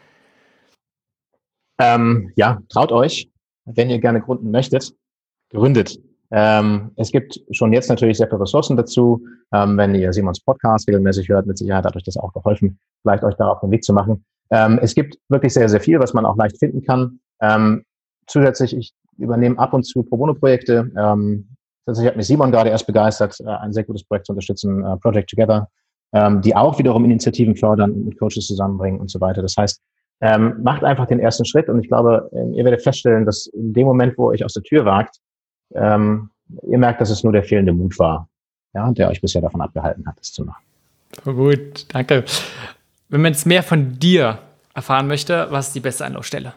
Traut euch, wenn ihr gerne gründen möchtet, gründet. Es gibt schon jetzt natürlich sehr viele Ressourcen dazu. Wenn ihr Simons Podcast regelmäßig hört, mit Sicherheit hat euch das auch geholfen, vielleicht euch da auf den Weg zu machen. Es gibt wirklich sehr, sehr viel, was man auch leicht finden kann. Zusätzlich, ich übernehme ab und zu Pro-Bono-Projekte. Tatsächlich hat mich Simon gerade erst begeistert, ein sehr gutes Projekt zu unterstützen, Project Together, die auch wiederum Initiativen fördern und mit Coaches zusammenbringen und so weiter. Das heißt, macht einfach den ersten Schritt und ich glaube, ihr werdet feststellen, dass in dem Moment, wo ihr euch aus der Tür wagt, ihr merkt, dass es nur der fehlende Mut war, ja, der euch bisher davon abgehalten hat, das zu machen. Gut, danke. Wenn man jetzt mehr von dir erfahren möchte, was ist die beste Anlaufstelle?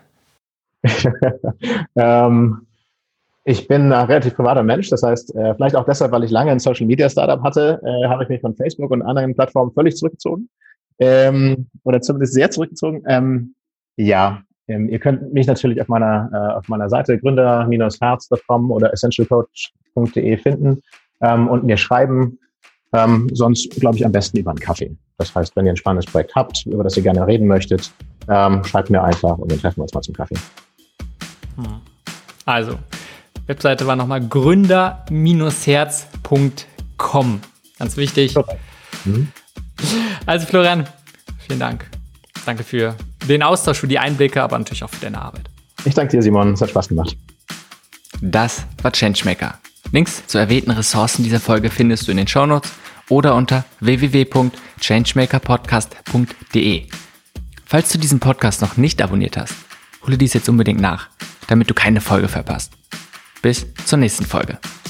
Ich bin ein relativ privater Mensch, das heißt, vielleicht auch deshalb, weil ich lange ein Social-Media-Startup hatte, habe ich mich von Facebook und anderen Plattformen völlig zurückgezogen oder zumindest sehr zurückgezogen. Ihr könnt mich natürlich auf meiner Seite gründer-herz.com oder essentialcoach.de finden und mir schreiben. Sonst, glaube ich, am besten über einen Kaffee. Das heißt, wenn ihr ein spannendes Projekt habt, über das ihr gerne reden möchtet, schreibt mir einfach und dann treffen wir uns mal zum Kaffee. Also, Webseite war nochmal gründer-herz.com. Ganz wichtig. Also Florian, vielen Dank. Danke für den Austausch, für die Einblicke, aber natürlich auch für deine Arbeit. Ich danke dir, Simon. Es hat Spaß gemacht. Das war Changemaker. Links zu erwähnten Ressourcen dieser Folge findest du in den Shownotes oder unter www.changemakerpodcast.de. Falls du diesen Podcast noch nicht abonniert hast, hole dies jetzt unbedingt nach, damit du keine Folge verpasst. Bis zur nächsten Folge.